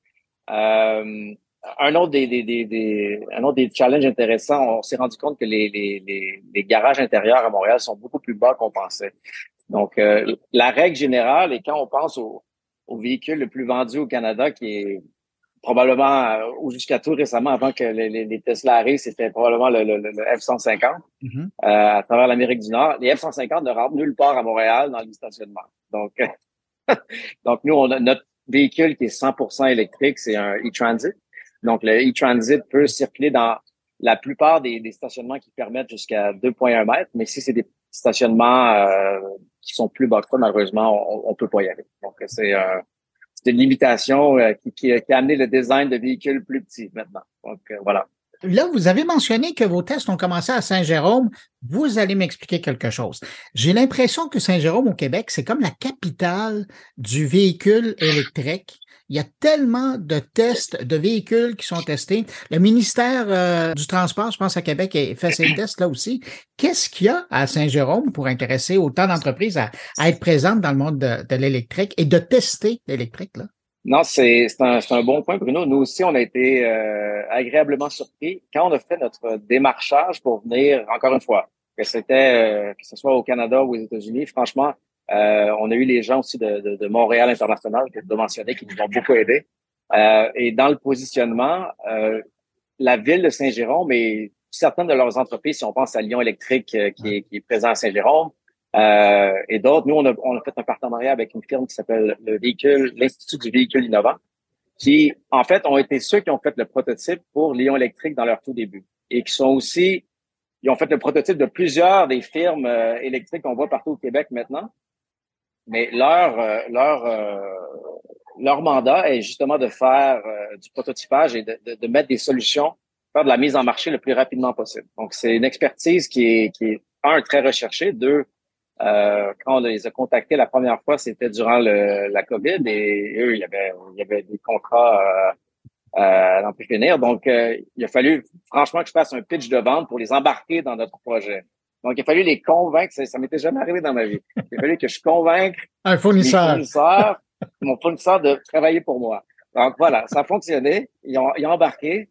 Euh, un autre des, des, des, des, un autre des challenges intéressants, on s'est rendu compte que les, les, les, les garages intérieurs à Montréal sont beaucoup plus bas qu'on pensait. Donc, euh, la règle générale, et quand on pense au, au véhicule le plus vendu au Canada, qui est probablement, euh, ou jusqu'à tout récemment, avant que les, les, les Tesla arrivent, c'était probablement le, le, le F cent cinquante mm-hmm. euh, à travers l'Amérique du Nord. Les F cent cinquante ne rentrent nulle part à Montréal dans le stationnement. Donc, donc nous, on a notre véhicule qui est cent pour cent électrique, c'est un e-Transit. Donc, le e-Transit peut circuler dans la plupart des, des stationnements qui permettent jusqu'à deux virgule un mètres, mais si c'est des stationnements euh, qui sont plus bas que ça, malheureusement, on, on peut pas y aller. Donc, c'est euh, c'est une limitation euh, qui, qui, qui a amené le design de véhicules plus petits maintenant. Donc, euh, voilà. Là, vous avez mentionné que vos tests ont commencé à Saint-Jérôme. Vous allez m'expliquer quelque chose. J'ai l'impression que Saint-Jérôme au Québec, c'est comme la capitale du véhicule électrique. Il y a tellement de tests de véhicules qui sont testés. Le ministère euh, du Transport, je pense à Québec, fait ses tests là aussi. Qu'est-ce qu'il y a à Saint-Jérôme pour intéresser autant d'entreprises à, à être présentes dans le monde de, de l'électrique et de tester l'électrique, là? Non, c'est, c'est, un, c'est un bon point, Bruno. Nous aussi, on a été euh, agréablement surpris quand on a fait notre démarchage pour venir, encore une fois, que c'était euh, que ce soit au Canada ou aux États-Unis. Franchement, euh, on a eu les gens aussi de, de, de Montréal International, que tu as mentionné, qui nous ont beaucoup aidés. Euh, et dans le positionnement, euh, la ville de Saint-Jérôme et certaines de leurs entreprises, si on pense à Lyon Électrique euh, qui, est, qui est présent à Saint-Jérôme, Euh, et d'autres, nous, on a, on a fait un partenariat avec une firme qui s'appelle le véhicule, l'Institut du véhicule innovant, qui, en fait, ont été ceux qui ont fait le prototype pour Lyon Électrique dans leur tout début. Et qui sont aussi, ils ont fait le prototype de plusieurs des firmes euh, électriques qu'on voit partout au Québec maintenant. Mais leur, euh, leur, euh, leur mandat est justement de faire euh, du prototypage et de, de, de mettre des solutions, faire de la mise en marché le plus rapidement possible. Donc, c'est une expertise qui est, qui est, un, très recherchée, deux, Euh, quand on les a contactés la première fois, c'était durant le, la COVID et eux, il y avait, il y avait des contrats euh, euh, à n'en plus finir. Donc, euh, il a fallu franchement que je fasse un pitch de vente pour les embarquer dans notre projet. Donc, il a fallu les convaincre. Ça, ça m'était jamais arrivé dans ma vie. Il a fallu que je convainque un fournisseur, mes fournisseurs, mon fournisseur de travailler pour moi. Donc, voilà, ça a fonctionné. Ils ont, ils ont embarqué.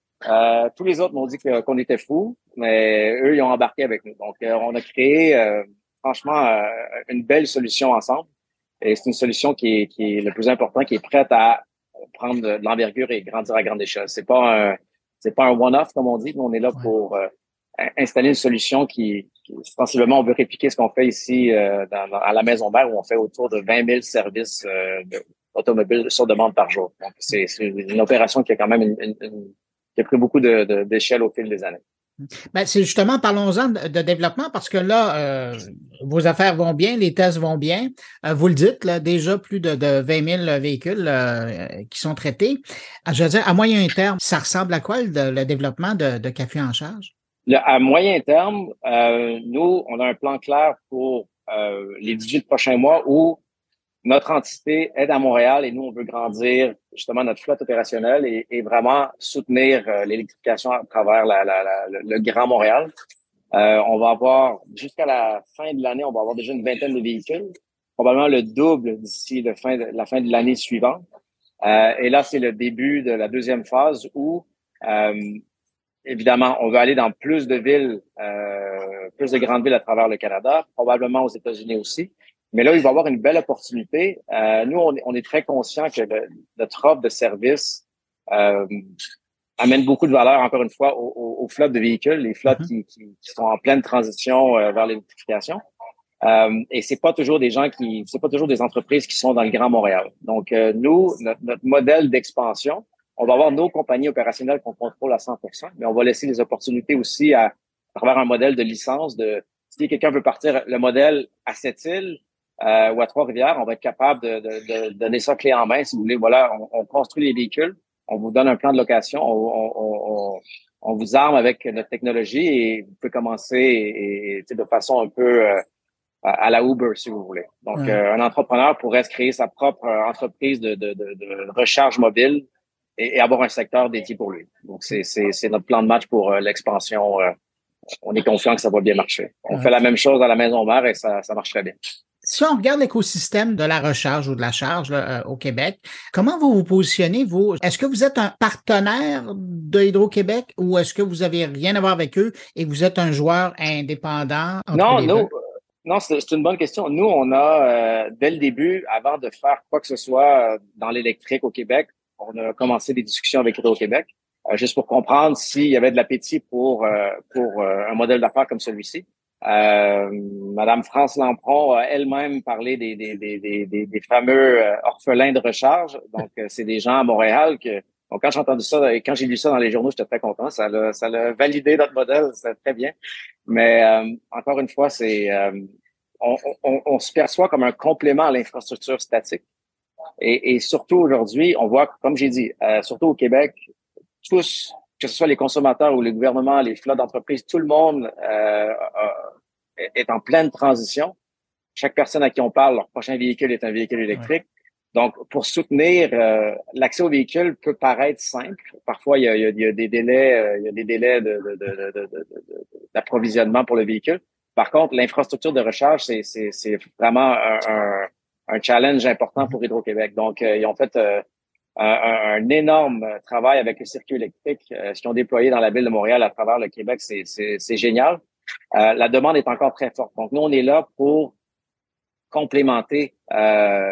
Euh, tous les autres m'ont dit que, qu'on était fous, mais eux, ils ont embarqué avec nous. Donc, euh, on a créé... Euh, franchement, euh, une belle solution ensemble. Et c'est une solution qui est, qui est le plus important, qui est prête à prendre de, de l'envergure et grandir à grande échelle. C'est pas un, c'est pas un one-off, comme on dit, mais on est là ouais. pour euh, installer une solution qui, qui, sensiblement, on veut répliquer ce qu'on fait ici euh, dans, dans, à la Maison Mère, où on fait autour de vingt mille services euh, automobiles sur demande par jour. Donc, c'est, c'est une opération qui a quand même une, une, une, qui a pris beaucoup de, de, d'échelle au fil des années. Ben, c'est justement, parlons-en de, de développement parce que là, euh, vos affaires vont bien, les tests vont bien. Euh, vous le dites, là, déjà plus de, de vingt mille véhicules euh, qui sont traités. Je veux dire, à moyen terme, ça ressemble à quoi le, le développement de, de Café en charge? Le, à moyen terme, euh, nous, on a un plan clair pour euh, les dix-huit prochains mois où notre entité est à Montréal et nous, on veut grandir justement notre flotte opérationnelle et, et vraiment soutenir euh, l'électrification à travers la, la, la, le, le Grand Montréal. Euh, on va avoir, jusqu'à la fin de l'année, on va avoir déjà une vingtaine de véhicules, probablement le double d'ici le fin de, la fin de l'année suivante. Euh, et là, c'est le début de la deuxième phase où, euh, évidemment, on veut aller dans plus de villes, euh, plus de grandes villes à travers le Canada, probablement aux États-Unis aussi. Mais là, il va y avoir une belle opportunité. Euh, nous, on est, on est très conscients que le, notre offre de service euh, amène beaucoup de valeur, encore une fois, aux, aux, aux flottes de véhicules, les flottes qui, qui, qui sont en pleine transition euh, vers l'électrification. Euh, et c'est pas toujours des gens qui, c'est pas toujours des entreprises qui sont dans le Grand Montréal. Donc, euh, nous, notre, notre modèle d'expansion, on va avoir nos compagnies opérationnelles qu'on contrôle à cent pour cent, mais on va laisser les opportunités aussi à, à travers un modèle de licence. De si quelqu'un veut partir le modèle à Sept-Îles, Euh, ou à Trois-Rivières, on va être capable de, de, de donner ça clé en main. Si vous voulez, voilà, on, on construit les véhicules, on vous donne un plan de location, on, on, on, on vous arme avec notre technologie et vous pouvez commencer et, et de façon un peu euh, à la Uber, si vous voulez. Donc, ouais. euh, un entrepreneur pourrait se créer sa propre entreprise de, de, de, de recharge mobile et, et avoir un secteur dédié pour lui. Donc, c'est, c'est, c'est notre plan de match pour euh, l'expansion. Euh, on est confiant que ça va bien marcher. On ouais. fait la même chose à la Maison Mère et ça, ça marche très bien. Si on regarde l'écosystème de la recharge ou de la charge là, euh, au Québec, comment vous vous positionnez, vous? Est-ce que vous êtes un partenaire de Hydro-Québec ou est-ce que vous avez rien à voir avec eux et vous êtes un joueur indépendant entre Non, les nous, deux? non, c'est, c'est une bonne question. Nous, on a, euh, dès le début, avant de faire quoi que ce soit euh, dans l'électrique au Québec, on a commencé des discussions avec Hydro-Québec, euh, juste pour comprendre s'il y avait de l'appétit pour, euh, pour euh, un modèle d'affaires comme celui-ci. Euh, Madame France Lampron a elle-même parlé des, des, des, des, des, des fameux euh, orphelins de recharge. Donc, euh, c'est des gens à Montréal que, donc quand j'ai entendu ça, et quand j'ai lu ça dans les journaux, j'étais très content. Ça l'a, ça l'a validé notre modèle, c'était très bien. Mais euh, encore une fois, c'est euh, on, on, on se perçoit comme un complément à l'infrastructure statique. Et, et surtout aujourd'hui, on voit, comme j'ai dit, euh, surtout au Québec, tous, que ce soit les consommateurs ou les gouvernements, les flottes d'entreprises, tout le monde euh, euh, est en pleine transition. Chaque personne à qui on parle, leur prochain véhicule est un véhicule électrique. Ouais. Donc, pour soutenir, euh, l'accès au véhicule peut paraître simple. Parfois, il y a, il y a, il y a des délais, euh, il y a des délais de, de, de, de, de, de, d'approvisionnement pour le véhicule. Par contre, l'infrastructure de recharge, c'est, c'est, c'est vraiment un, un, un challenge important pour Hydro-Québec. Donc, euh, ils ont fait euh, un, un énorme travail avec le circuit électrique, euh, ce qu'ils ont déployé dans la ville de Montréal à travers le Québec, c'est, c'est, c'est génial. Euh, la demande est encore très forte. Donc, nous, on est là pour complémenter euh,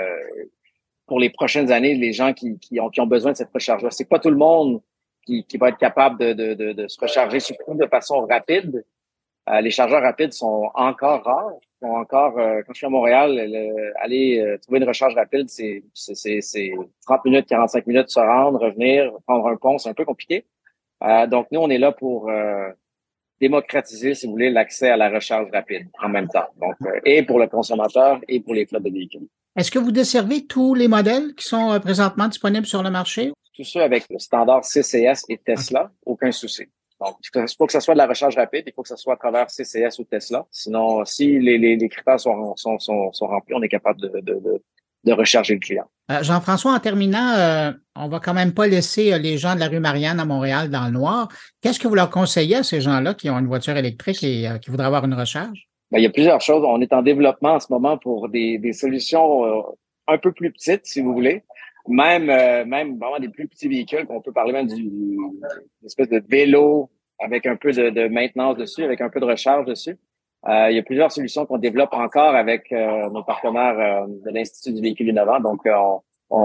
pour les prochaines années les gens qui, qui, ont, qui ont besoin de cette recharge-là. C'est pas tout le monde qui, qui va être capable de, de, de, de se recharger surtout de façon rapide. Euh, les chargeurs rapides sont encore rares. Sont encore, euh, quand je suis à Montréal, le, aller euh, trouver une recharge rapide, c'est, c'est, c'est, c'est trente minutes, quarante-cinq minutes, se rendre, revenir, prendre un pont, c'est un peu compliqué. Euh, donc, nous, on est là pour euh, démocratiser, si vous voulez, l'accès à la recharge rapide en même temps. Donc, euh, et pour le consommateur et pour les flottes de véhicules. Est-ce que vous desservez tous les modèles qui sont euh, présentement disponibles sur le marché? Tout ça avec le standard C C S et Tesla, okay. Aucun souci. Donc, il faut que ça soit de la recharge rapide, il faut que ça soit à travers C C S ou Tesla. Sinon, si les, les, les critères sont, sont, sont, sont remplis, on est capable de, de, de, de recharger le client. Euh, Jean-François, en terminant, euh, on va quand même pas laisser euh, les gens de la rue Marianne à Montréal dans le noir. Qu'est-ce que vous leur conseillez à ces gens-là qui ont une voiture électrique et euh, qui voudraient avoir une recharge? Ben, il y a plusieurs choses. On est en développement en ce moment pour des, des solutions euh, un peu plus petites, si vous voulez. Même, euh, même vraiment des plus petits véhicules, qu'on peut parler même du, d'une espèce de vélo avec un peu de, de maintenance dessus, avec un peu de recharge dessus. Euh, il y a plusieurs solutions qu'on développe encore avec euh, nos partenaires euh, de l'Institut du véhicule innovant. Donc, euh, on,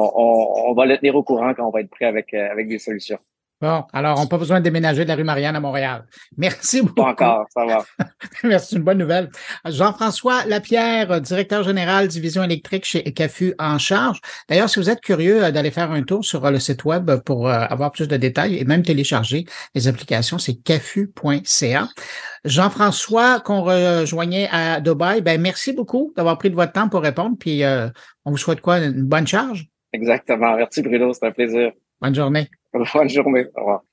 on, on va le tenir au courant quand on va être prêt avec, euh, avec des solutions. Bon, alors, on n'a pas besoin de déménager de la rue Marianne à Montréal. Merci beaucoup. Pas encore, ça va. Merci, c'est une bonne nouvelle. Jean-François Lapierre, directeur général division électrique chez CAFU en charge. D'ailleurs, si vous êtes curieux d'aller faire un tour sur le site web pour avoir plus de détails et même télécharger les applications, c'est cafu point c a. Jean-François, qu'on rejoignait à Dubaï, ben merci beaucoup d'avoir pris de votre temps pour répondre. Puis, euh, on vous souhaite quoi? Une bonne charge? Exactement. Merci Bruno, c'est un plaisir. Bonne journée. Bonne journée. Au revoir.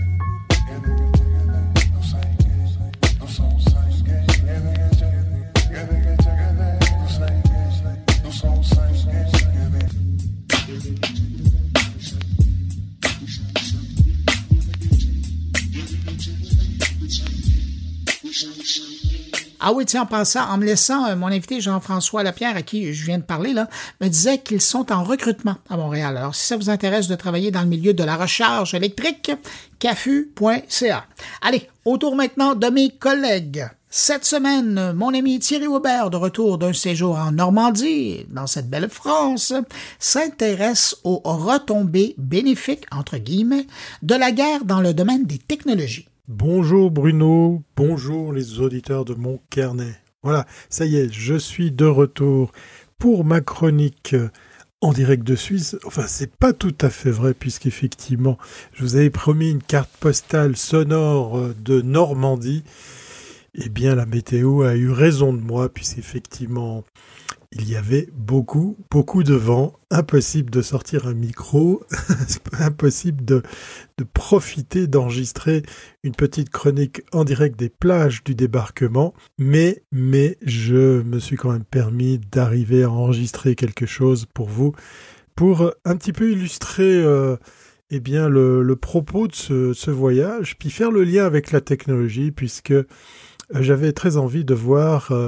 Ah oui, tiens, en passant, en me laissant, euh, mon invité Jean-François Lapierre, à qui je viens de parler, là, me disait qu'ils sont en recrutement à Montréal. Alors, si ça vous intéresse de travailler dans le milieu de la recharge électrique, cafu point c a. Allez, autour maintenant de mes collègues. Cette semaine, mon ami Thierry Aubert, de retour d'un séjour en Normandie, dans cette belle France, s'intéresse aux retombées bénéfiques, entre guillemets, de la guerre dans le domaine des technologies. Bonjour Bruno, bonjour les auditeurs de mon carnet. Voilà, ça y est, je suis de retour pour ma chronique en direct de Suisse. Enfin, c'est pas tout à fait vrai puisqu'effectivement, je vous avais promis une carte postale sonore de Normandie. Eh bien, la météo a eu raison de moi puisqu'effectivement, il y avait beaucoup, beaucoup de vent. Impossible de sortir un micro, impossible de, de profiter, d'enregistrer une petite chronique en direct des plages du débarquement. Mais, mais je me suis quand même permis d'arriver à enregistrer quelque chose pour vous, pour un petit peu illustrer euh, eh bien, le, le propos de ce, ce voyage, puis faire le lien avec la technologie, puisque euh, j'avais très envie de voir... Euh,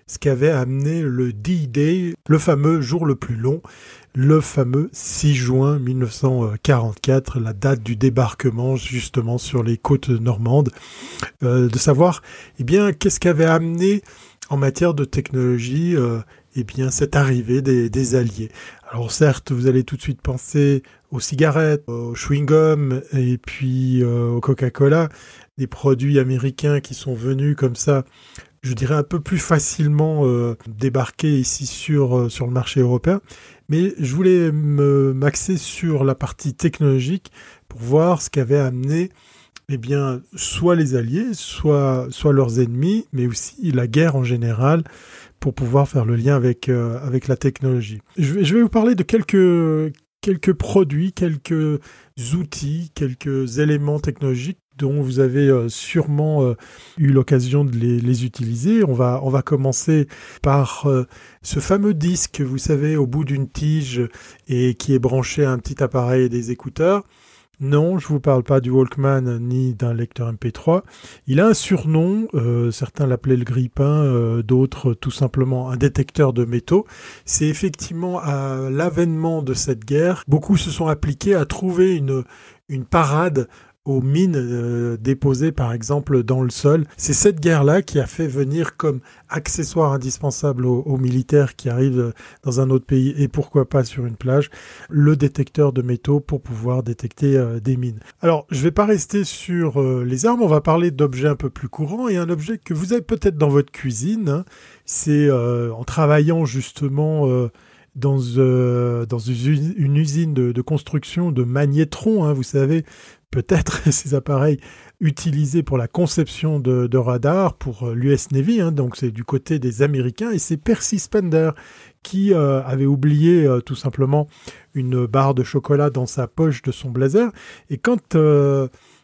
ce qu'avait amené le D-Day, le fameux jour le plus long, le fameux six juin mille neuf cent quarante-quatre, la date du débarquement justement sur les côtes normandes, euh, de savoir eh bien qu'est-ce qu'avait amené en matière de technologie euh, eh bien cette arrivée des, des Alliés. Alors certes, vous allez tout de suite penser aux cigarettes, aux chewing-gum et puis euh, au Coca-Cola, des produits américains qui sont venus comme ça, je dirais un peu plus facilement euh, débarquer ici sur euh, sur le marché européen. Mais je voulais me m'axer sur la partie technologique pour voir ce qu'avait amené eh bien, soit les Alliés, soit, soit leurs ennemis, mais aussi la guerre en général, pour pouvoir faire le lien avec, euh, avec la technologie. Je vais, je vais vous parler de quelques, quelques produits, quelques outils, quelques éléments technologiques dont vous avez euh, sûrement euh, eu l'occasion de les, les utiliser. On va, on va commencer par euh, ce fameux disque, vous savez, au bout d'une tige et qui est branché à un petit appareil et des écouteurs. Non, je vous parle pas du Walkman ni d'un lecteur M P trois. Il a un surnom, euh, certains l'appelaient le grille-pain, euh, d'autres tout simplement un détecteur de métaux. C'est effectivement à l'avènement de cette guerre, beaucoup se sont appliqués à trouver une, une parade aux mines euh, déposées par exemple dans le sol. C'est cette guerre-là qui a fait venir comme accessoire indispensable aux, aux militaires qui arrivent dans un autre pays et pourquoi pas sur une plage, le détecteur de métaux pour pouvoir détecter euh, des mines. Alors, je vais pas rester sur euh, les armes, on va parler d'objets un peu plus courants et un objet que vous avez peut-être dans votre cuisine, hein, c'est euh, en travaillant justement euh, dans, euh, dans une usine de, de construction de magnétrons, hein, vous savez, peut-être ces appareils utilisés pour la conception de, de radars pour l'U S Navy, hein, donc c'est du côté des Américains, et c'est Percy Spender qui euh, avait oublié euh, tout simplement une barre de chocolat dans sa poche de son blazer, et quand euh,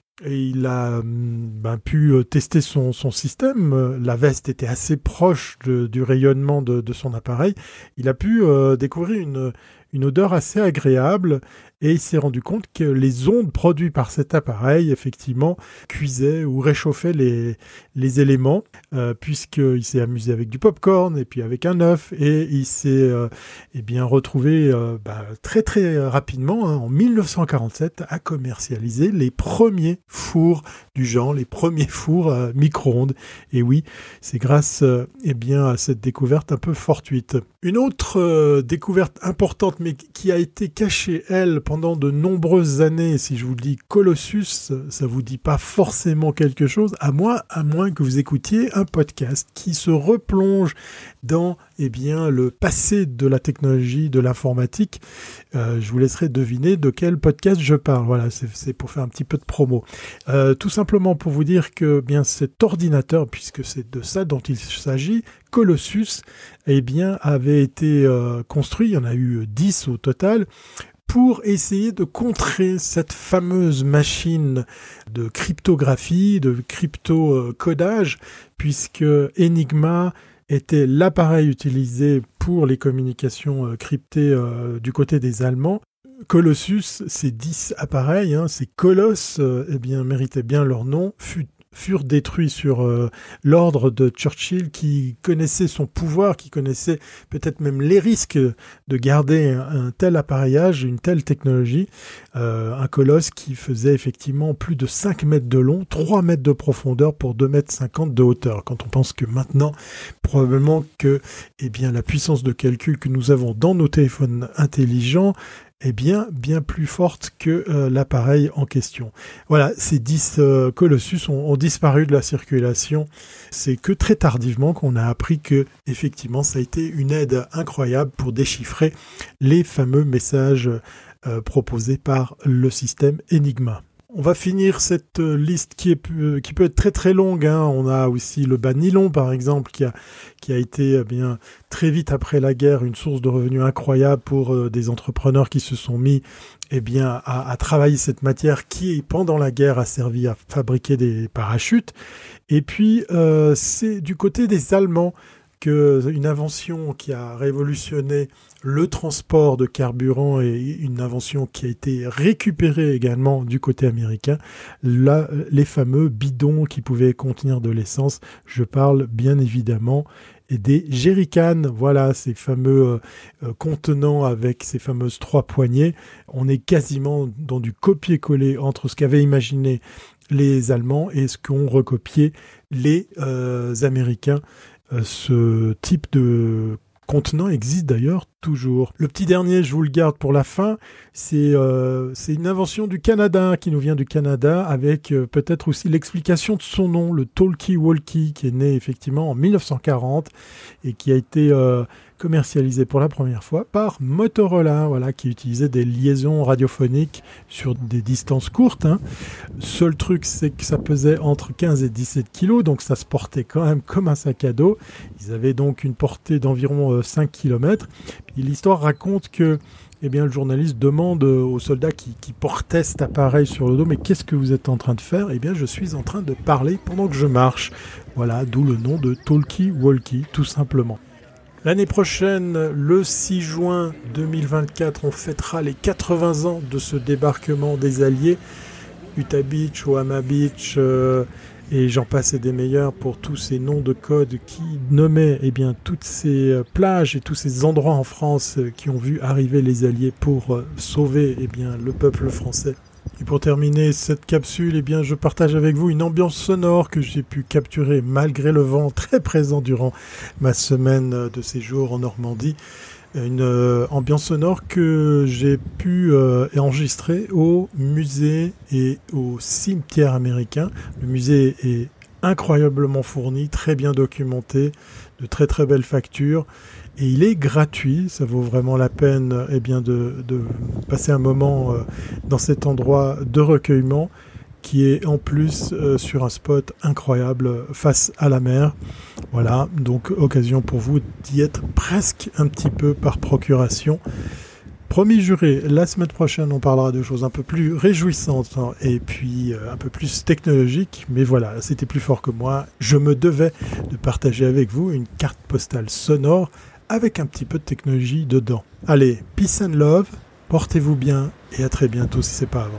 il a ben, pu tester son, son système, la veste était assez proche de, du rayonnement de, de son appareil, il a pu euh, découvrir une, une odeur assez agréable, et il s'est rendu compte que les ondes produites par cet appareil, effectivement, cuisaient ou réchauffaient les, les éléments, euh, puisqu'il s'est amusé avec du popcorn et puis avec un œuf, et il s'est euh, eh bien retrouvé euh, bah, très très rapidement, hein, en mille neuf cent quarante-sept, à commercialiser les premiers fours du genre, les premiers fours euh, micro-ondes. Et oui, c'est grâce euh, eh bien, à cette découverte un peu fortuite. Une autre euh, découverte importante, mais qui a été cachée, elle, pendant de nombreuses années, si je vous dis Colossus, ça vous dit pas forcément quelque chose, à moins, à moins que vous écoutiez un podcast qui se replonge dans eh bien, le passé de la technologie, de l'informatique. Euh, je vous laisserai deviner de quel podcast je parle. Voilà, c'est, c'est pour faire un petit peu de promo. Euh, tout simplement pour vous dire que bien cet ordinateur, puisque c'est de ça dont il s'agit, Colossus, eh bien, avait été euh, construit, il y en a eu dix au total, pour essayer de contrer cette fameuse machine de cryptographie, de crypto-codage, puisque Enigma était l'appareil utilisé pour les communications cryptées euh, du côté des Allemands. Colossus, ces dix appareils, hein, ces colosses, euh, eh bien, méritaient bien leur nom, fut furent détruits sur euh, l'ordre de Churchill, qui connaissait son pouvoir, qui connaissait peut-être même les risques de garder un, un tel appareillage, une telle technologie. Euh, un colosse qui faisait effectivement plus de cinq mètres de long, trois mètres de profondeur pour deux mètres cinquante de hauteur. Quand on pense que maintenant, probablement que eh bien, la puissance de calcul que nous avons dans nos téléphones intelligents est bien, bien plus forte que euh, l'appareil en question. Voilà, ces dix euh, Colossus ont, ont disparu de la circulation. C'est que très tardivement qu'on a appris que, effectivement, ça a été une aide incroyable pour déchiffrer les fameux messages euh, proposés par le système Enigma. On va finir cette liste qui, est, qui peut être très très longue, hein. On a aussi le bas nylon par exemple qui a, qui a été eh bien, très vite après la guerre une source de revenus incroyable pour euh, des entrepreneurs qui se sont mis eh bien, à, à travailler cette matière qui pendant la guerre a servi à fabriquer des parachutes. Et puis euh, c'est du côté des Allemands qu'une invention qui a révolutionné le transport de carburant et une invention qui a été récupérée également du côté américain, là, les fameux bidons qui pouvaient contenir de l'essence. Je parle bien évidemment des jerrycans, voilà, ces fameux euh, contenants avec ces fameuses trois poignées. On est quasiment dans du copier-coller entre ce qu'avaient imaginé les Allemands et ce qu'ont recopié les euh, Américains. Euh, ce type de contenant existe d'ailleurs toujours. Le petit dernier, je vous le garde pour la fin, c'est euh, c'est une invention du Canada, qui nous vient du Canada, avec euh, peut-être aussi l'explication de son nom, le talkie-walkie, qui est né effectivement en mille neuf cent quarante et qui a été euh, commercialisé pour la première fois par Motorola, voilà, qui utilisait des liaisons radiophoniques sur des distances courtes. Hein. Seul truc, c'est que ça pesait entre quinze et dix-sept kilos, donc ça se portait quand même comme un sac à dos. Ils avaient donc une portée d'environ euh, cinq kilomètres. Et l'histoire raconte que eh bien, le journaliste demande aux soldats qui, qui portaient cet appareil sur le dos « Mais qu'est-ce que vous êtes en train de faire ?» Eh bien, je suis en train de parler pendant que je marche. Voilà, d'où le nom de talkie-walkie, tout simplement. L'année prochaine, le six juin deux mille vingt-quatre, on fêtera les quatre-vingts ans de ce débarquement des Alliés. Utah Beach, Omaha Beach, euh, et j'en passe et des meilleurs pour tous ces noms de code qui nommaient eh bien, toutes ces plages et tous ces endroits en France qui ont vu arriver les Alliés pour sauver eh bien, le peuple français. Et pour terminer cette capsule, eh bien, je partage avec vous une ambiance sonore que j'ai pu capturer malgré le vent très présent durant ma semaine de séjour en Normandie. Une euh, ambiance sonore que j'ai pu euh, enregistrer au musée et au cimetière américain. Le musée est incroyablement fourni, très bien documenté, de très très belles factures. Et il est gratuit, ça vaut vraiment la peine eh bien, de, de passer un moment euh, dans cet endroit de recueillement qui est en plus euh, sur un spot incroyable face à la mer. Voilà, donc occasion pour vous d'y être presque un petit peu par procuration. Promis juré, la semaine prochaine on parlera de choses un peu plus réjouissantes hein, et puis euh, un peu plus technologiques. Mais voilà, c'était plus fort que moi. Je me devais de partager avec vous une carte postale sonore avec un petit peu de technologie dedans. Allez, peace and love, portez-vous bien et à très bientôt si c'est pas avant.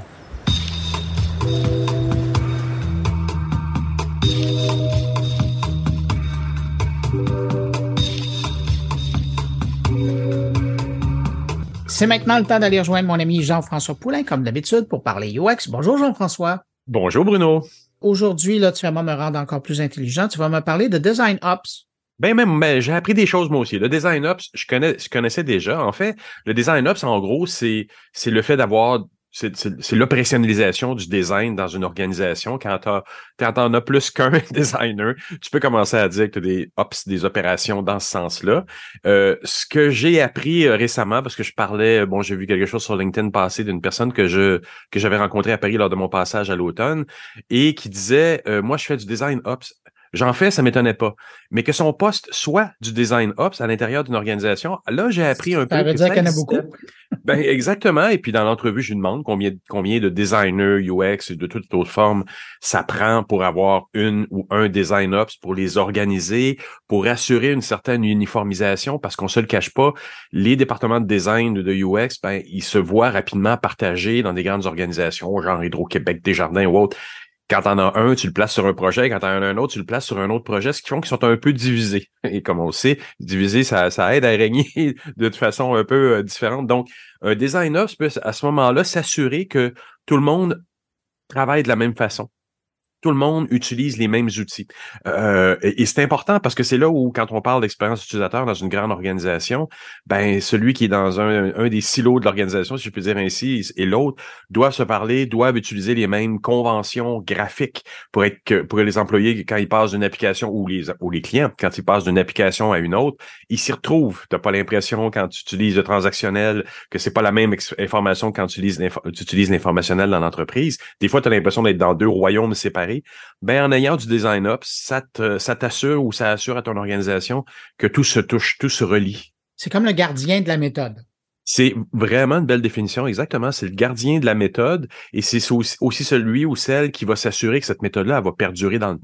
C'est maintenant le temps d'aller rejoindre mon ami Jean-François Poulain, comme d'habitude, pour parler U X. Bonjour Jean-François. Bonjour Bruno. Aujourd'hui, là, tu vas me rendre encore plus intelligent. Tu vas me parler de Design Ops. Ben même, ben, j'ai appris des choses moi aussi. Le Design Ops, je connais, je connaissais déjà. En fait, le Design Ops, en gros, c'est, c'est le fait d'avoir C'est, c'est, c'est l'opérationnalisation du design dans une organisation. Quand t'as, quand t'en as plus qu'un designer, tu peux commencer à dire que tu as des ops, des opérations dans ce sens-là. Euh, ce que j'ai appris euh, récemment, parce que je parlais, bon, j'ai vu quelque chose sur LinkedIn passer d'une personne que je que j'avais rencontrée à Paris lors de mon passage à l'automne et qui disait, euh, moi, je fais du design ops. J'en fais, ça m'étonnait pas. Mais que son poste soit du design ops à l'intérieur d'une organisation, là, j'ai appris un peu. Ça veut dire qu'il y en a beaucoup. Ben, exactement. Et puis, dans l'entrevue, je lui demande combien, combien de designers U X et de toute autre forme ça prend pour avoir une ou un design ops, pour les organiser, pour assurer une certaine uniformisation, parce qu'on se le cache pas, les départements de design ou de U X, ben, ils se voient rapidement partagés dans des grandes organisations, genre Hydro-Québec, Desjardins ou autres. Quand t'en as un, tu le places sur un projet. Quand t'en as un autre, tu le places sur un autre projet. Ce qui font qu'ils sont un peu divisés. Et comme on le sait, diviser, ça, ça aide à régner de façon un peu euh, différente. Donc, un design ops peut, à ce moment-là, s'assurer que tout le monde travaille de la même façon. Tout le monde utilise les mêmes outils. Euh, et, et c'est important parce que c'est là où, quand on parle d'expérience utilisateur dans une grande organisation, ben celui qui est dans un, un des silos de l'organisation, si je peux dire ainsi, et l'autre, doivent se parler, doivent utiliser les mêmes conventions graphiques pour être que pour les employés, quand ils passent d'une application, ou les ou les clients, quand ils passent d'une application à une autre, ils s'y retrouvent. T'as pas l'impression, quand tu utilises le transactionnel, que c'est pas la même ex- information quand tu utilises, l'info- tu utilises l'informationnel dans l'entreprise. Des fois, tu as l'impression d'être dans deux royaumes séparés. Ben, en ayant du design ops, ça, te, ça t'assure ou ça assure à ton organisation que tout se touche, tout se relie. C'est comme le gardien de la méthode. C'est vraiment une belle définition, exactement. C'est le gardien de la méthode et c'est aussi celui ou celle qui va s'assurer que cette méthode-là, elle va perdurer dans le temps.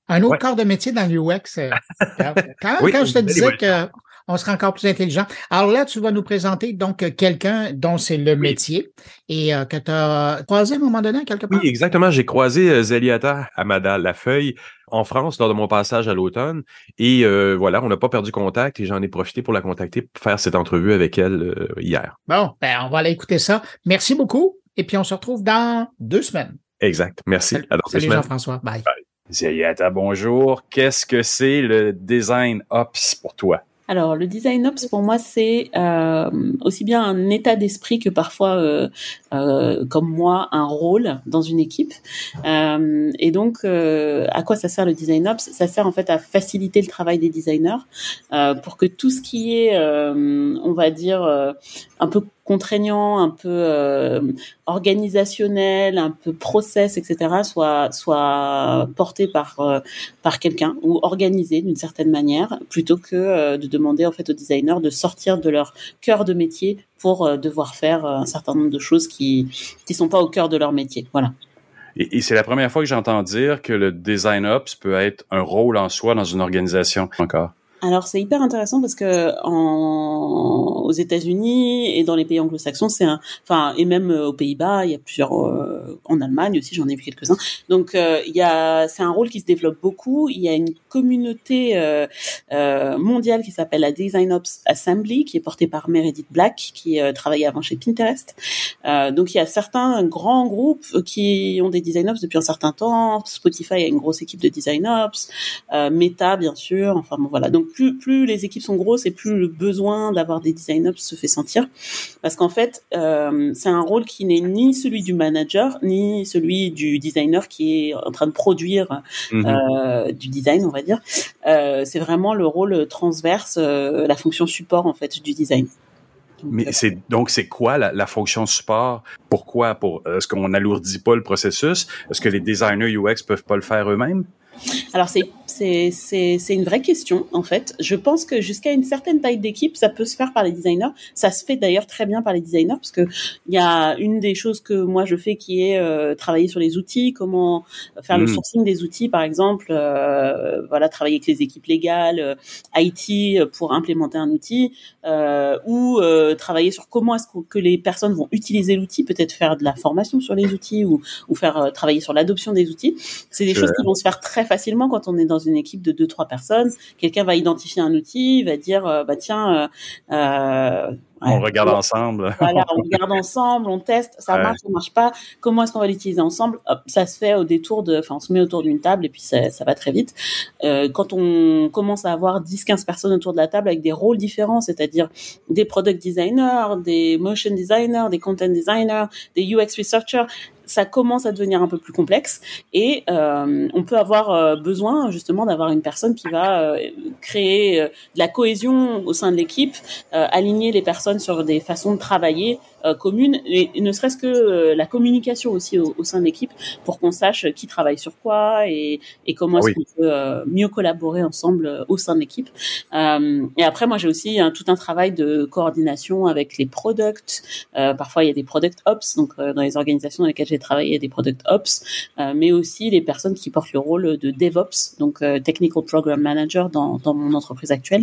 Un autre Ouais. corps de métier dans l'U X. euh, Quand, Oui, quand je te une belle disais évolution. que on sera encore plus intelligent. Alors là, tu vas nous présenter donc euh, quelqu'un dont c'est le Oui. métier et euh, que tu as croisé à un moment donné quelque Oui, part. exactement. J'ai croisé euh, Zeliata Amada Lafeuille en France lors de mon passage à l'automne. Et euh, voilà, on n'a pas perdu contact et j'en ai profité pour la contacter pour faire cette entrevue avec elle euh, hier. Bon, ben, on va aller écouter ça. Merci beaucoup. Et puis, on se retrouve dans deux semaines. Exact. Merci. Salut, À dans deux salut semaines. Jean-François. Bye. Zeliata, bonjour. Qu'est-ce que c'est le Design Ops pour toi? Alors, le Design Ops, pour moi, c'est euh, aussi bien un état d'esprit que parfois, euh, euh, comme moi, un rôle dans une équipe. Euh, et donc, euh, à quoi ça sert le Design Ops? Ça sert en fait à faciliter le travail des designers euh, pour que tout ce qui est, euh, on va dire, euh, un peu contraignant, un peu euh, organisationnel, un peu process, et cetera, soit soit porté par euh, par quelqu'un ou organisé d'une certaine manière, plutôt que euh, de demander en fait aux designers de sortir de leur cœur de métier pour euh, devoir faire un certain nombre de choses qui qui sont pas au cœur de leur métier. Voilà. Et, et c'est la première fois que j'entends dire que le Design Ops peut être un rôle en soi dans une organisation encore. Alors c'est hyper intéressant parce que en, aux États-Unis et dans les pays anglo-saxons, c'est un, enfin et même aux Pays-Bas, il y a plusieurs, euh, en Allemagne aussi, j'en ai vu quelques-uns. Donc euh, il y a, c'est un rôle qui se développe beaucoup. Il y a une communauté euh, euh, mondiale qui s'appelle la Design Ops Assembly, qui est portée par Meredith Black, qui euh, travaillait avant chez Pinterest. Euh, donc il y a certains grands groupes qui ont des Design Ops depuis un certain temps. Spotify a une grosse équipe de Design Ops, euh, Meta bien sûr. Enfin bon voilà. Donc plus plus les équipes sont grosses et plus le besoin d'avoir des Design Ops se fait sentir, parce qu'en fait euh, c'est un rôle qui n'est ni celui du manager ni celui du designer qui est en train de produire mmh. euh, du design, on va dire. Euh, c'est vraiment le rôle transverse, euh, la fonction support en fait du design. Donc, Mais c'est donc c'est quoi la, la fonction support? Pourquoi? Pour est-ce qu'on n'alourdit pas le processus? Est-ce que les designers U X peuvent pas le faire eux-mêmes? Alors c'est c'est c'est c'est une vraie question en fait. Je pense que jusqu'à une certaine taille d'équipe, ça peut se faire par les designers. Ça se fait d'ailleurs très bien par les designers parce que il y a une des choses que moi je fais qui est euh, travailler sur les outils, comment faire mmh. le sourcing des outils par exemple, euh, voilà, travailler avec les équipes légales, euh, I T pour implémenter un outil euh, ou euh, travailler sur comment est-ce que, que les personnes vont utiliser l'outil, peut-être faire de la formation sur les outils ou ou faire euh, travailler sur l'adoption des outils. C'est des c'est choses vrai. qui vont se faire très facilement quand on est dans une équipe de deux trois personnes. Quelqu'un va identifier un outil, va dire euh, bah tiens euh, euh, ouais, on regarde on, ensemble. Voilà, on regarde ensemble, on teste, ça ouais. marche, ça marche pas. Comment est-ce qu'on va l'utiliser ensemble? Hop, ça se fait au détour de, enfin on se met autour d'une table et puis ça, ça va très vite. Euh, quand on commence à avoir dix quinze personnes autour de la table avec des rôles différents, c'est-à-dire des product designers, des motion designers, des content designers, des U X researchers, ça commence à devenir un peu plus complexe et euh, on peut avoir euh, besoin justement d'avoir une personne qui va euh, créer euh, de la cohésion au sein de l'équipe, euh, aligner les personnes sur des façons de travailler euh, communes et, et ne serait-ce que euh, la communication aussi au, au sein de l'équipe pour qu'on sache qui travaille sur quoi et, et comment est-ce oui. qu'on peut euh, mieux collaborer ensemble euh, au sein de l'équipe. Euh, et après, moi, j'ai aussi un, tout un travail de coordination avec les products. Euh, parfois, il y a des product ops, donc euh, dans les organisations dans lesquelles j'ai travailler des product ops, euh, mais aussi les personnes qui portent le rôle de DevOps, donc euh, Technical Program Manager dans, dans mon entreprise actuelle,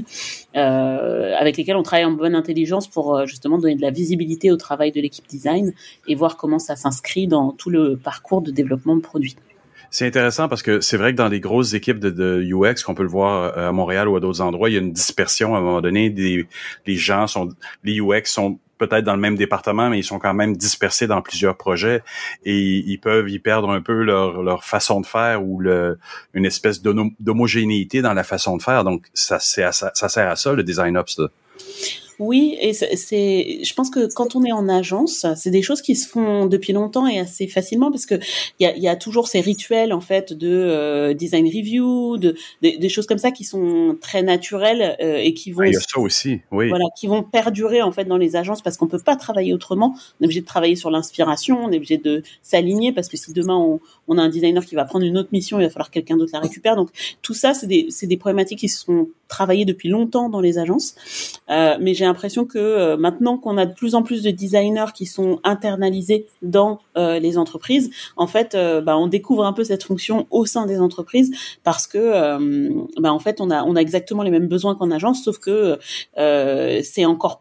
euh, avec lesquels on travaille en bonne intelligence pour euh, justement donner de la visibilité au travail de l'équipe design et voir comment ça s'inscrit dans tout le parcours de développement de produits. C'est intéressant parce que c'est vrai que dans les grosses équipes de, de U X, qu'on peut le voir à Montréal ou à d'autres endroits, il y a une dispersion à un moment donné. Des, les gens sont, les U X sont peut-être dans le même département, mais ils sont quand même dispersés dans plusieurs projets et ils peuvent y perdre un peu leur, leur façon de faire ou le, une espèce d'homogénéité dans la façon de faire. Donc, ça, c'est ça, ça sert à ça, le Design Ops, là. Oui, et c'est, c'est, je pense que quand on est en agence, c'est des choses qui se font depuis longtemps et assez facilement parce que il y a, y a toujours ces rituels en fait de euh, design review, de, de des choses comme ça qui sont très naturelles euh, et qui vont. Ah, il y a ça aussi, oui. Voilà, qui vont perdurer en fait dans les agences parce qu'on peut pas travailler autrement. On est obligé de travailler sur l'inspiration, on est obligé de s'aligner parce que si demain on, on a un designer qui va prendre une autre mission, il va falloir que quelqu'un d'autre la récupère. Donc tout ça, c'est des, c'est des problématiques qui sont travaillait depuis longtemps dans les agences. Euh, mais j'ai l'impression que euh, maintenant qu'on a de plus en plus de designers qui sont internalisés dans euh, les entreprises, en fait, euh, bah, on découvre un peu cette fonction au sein des entreprises parce que, euh, bah, en fait, on a on a exactement les mêmes besoins qu'en agence, sauf que euh, c'est encore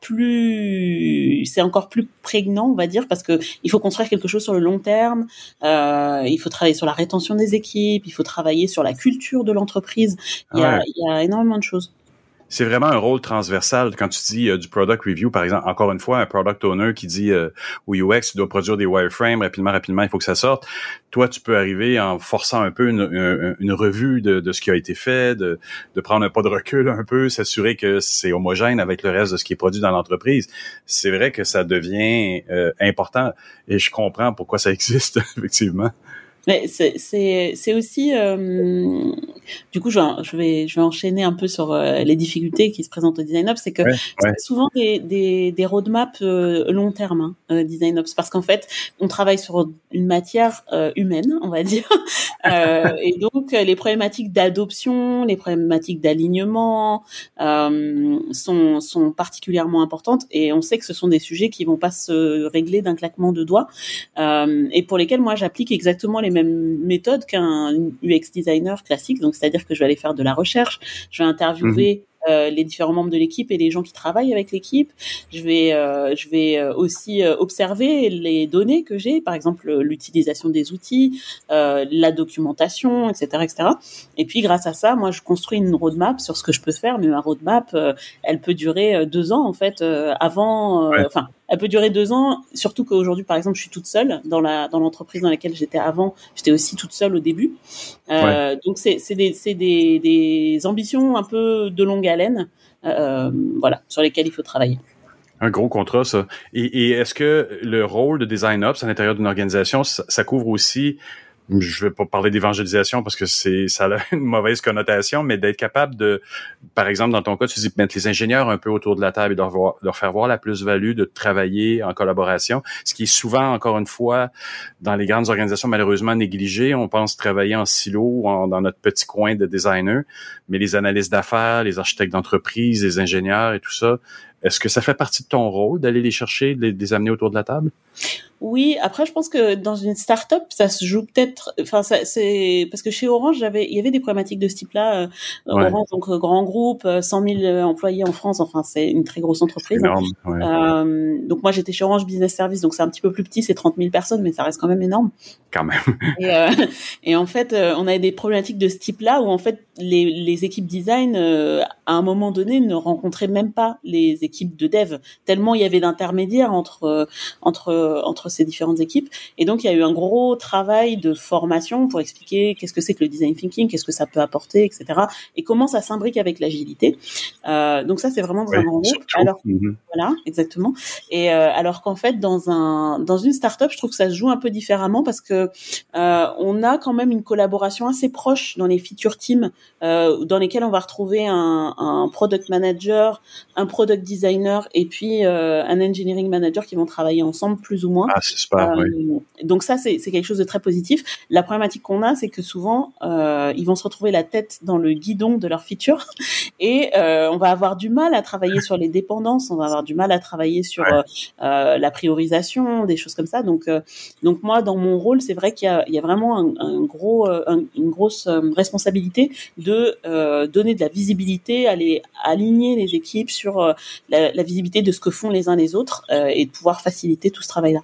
plus c'est encore plus prégnant, on va dire, parce que il faut construire quelque chose sur le long terme. Euh, il faut travailler sur la rétention des équipes, il faut travailler sur la culture de l'entreprise. Il y a, Ouais. il y a énormément de choses. C'est vraiment un rôle transversal. Quand tu dis euh, du product review, par exemple, encore une fois, un product owner qui dit euh, au U X, tu dois produire des wireframes rapidement, rapidement, il faut que ça sorte. Toi, tu peux arriver en forçant un peu une, une, une revue de, de ce qui a été fait, de, de prendre un pas de recul un peu, s'assurer que c'est homogène avec le reste de ce qui est produit dans l'entreprise. C'est vrai que ça devient euh, important et je comprends pourquoi ça existe, effectivement. Mais c'est c'est c'est aussi euh, du coup je vais je vais je vais enchaîner un peu sur euh, les difficultés qui se présentent au Design Ops, c'est que Ouais, c'est ouais. souvent des des des roadmaps euh, long terme, hein, euh, Design Ops, parce qu'en fait on travaille sur une matière euh, humaine, on va dire, euh, et donc les problématiques d'adoption, les problématiques d'alignement euh, sont sont particulièrement importantes, et on sait que ce sont des sujets qui vont pas se régler d'un claquement de doigts, euh, et pour lesquels moi j'applique exactement les mêmes méthodes qu'un U X designer classique. Donc, c'est-à-dire que je vais aller faire de la recherche, je vais interviewer mmh. Euh, les différents membres de l'équipe et les gens qui travaillent avec l'équipe. Je vais, euh, je vais euh, aussi euh, observer les données que j'ai, par exemple l'utilisation des outils, euh, la documentation, et cetera, et cetera. Et puis grâce à ça, moi, je construis une roadmap sur ce que je peux faire. Mais ma roadmap, euh, elle peut durer euh, deux ans en fait. Euh, avant, euh, enfin, ouais. elle peut durer deux ans. Surtout qu'aujourd'hui, par exemple, je suis toute seule dans la dans l'entreprise dans laquelle j'étais avant. J'étais aussi toute seule au début. Euh, ouais. Donc c'est c'est des c'est des des ambitions un peu de longue haleine, euh, voilà, sur lesquels il faut travailler. Un gros contrat, ça. Et, et est-ce que le rôle de Design Ops à l'intérieur d'une organisation, ça, ça couvre aussi, je vais pas parler d'évangélisation parce que c'est ça a une mauvaise connotation, mais d'être capable de, par exemple, dans ton cas, tu dis mettre les ingénieurs un peu autour de la table et de leur, voir, de leur faire voir la plus-value de travailler en collaboration, ce qui est souvent, encore une fois, dans les grandes organisations, malheureusement négligé. On pense travailler en silo ou en, dans notre petit coin de designer, mais les analystes d'affaires, les architectes d'entreprise, les ingénieurs et tout ça, est-ce que ça fait partie de ton rôle d'aller les chercher, de les, de les amener autour de la table? Oui, après je pense que dans une start-up, ça se joue peut-être, enfin ça, c'est parce que chez Orange, j'avais, il y avait des problématiques de ce type-là. Euh, ouais. Orange, donc grand groupe, cent mille employés en France, enfin c'est une très grosse entreprise. C'est énorme. Ouais. Euh, donc moi j'étais chez Orange Business Service, donc c'est un petit peu plus petit, c'est trente mille personnes, mais ça reste quand même énorme. Quand même. Et, euh, et en fait, euh, on avait des problématiques de ce type-là où en fait les, les équipes design, euh, à un moment donné, ne rencontraient même pas les équipes de dev, tellement il y avait d'intermédiaires entre euh, entre entre ces différentes équipes. Et donc il y a eu un gros travail de formation pour expliquer qu'est-ce que c'est que le design thinking, qu'est-ce que ça peut apporter, et cetera. Et comment ça s'imbrique avec l'agilité. Euh, donc ça c'est vraiment dans oui, un grand groupe. Alors mm-hmm. voilà, exactement. Et euh, alors qu'en fait dans un dans une start-up, je trouve que ça se joue un peu différemment parce que euh, on a quand même une collaboration assez proche dans les feature teams euh, dans lesquels on va retrouver un, un product manager, un product designer et puis euh, un engineering manager qui vont travailler ensemble plus ou moins. Ah, c'est super, euh, oui. Donc ça, c'est, c'est quelque chose de très positif. La problématique qu'on a, c'est que souvent, euh, ils vont se retrouver la tête dans le guidon de leur feature et euh, on va avoir du mal à travailler sur les dépendances, on va avoir du mal à travailler sur ouais. euh, la priorisation, des choses comme ça. Donc, euh, donc moi, dans mon rôle, c'est vrai qu'il y a, il y a vraiment un, un gros, un, une grosse responsabilité de euh, donner de la visibilité, aller aligner les équipes sur euh, la, la visibilité de ce que font les uns les autres euh, et de pouvoir faciliter tout ce travail-là.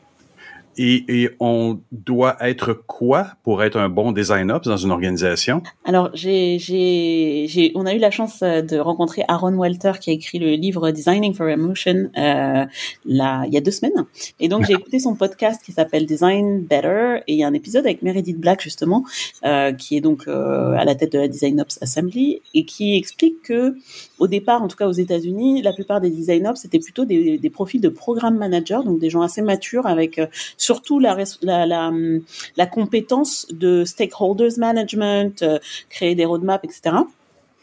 Et, et on doit être quoi pour être un bon design ops dans une organisation? Alors, j'ai, j'ai, j'ai, on a eu la chance de rencontrer Aaron Walter qui a écrit le livre Designing for Emotion euh, là, il y a deux semaines. Et donc, j'ai écouté son podcast qui s'appelle Design Better et il y a un épisode avec Meredith Black justement euh, qui est donc euh, à la tête de la Design Ops Assembly et qui explique que au départ, en tout cas aux États-Unis, la plupart des design ops c'était plutôt des, des profils de programme manager, donc des gens assez matures avec euh, surtout la, la, la, la compétence de stakeholders management, euh, créer des roadmaps, et cetera.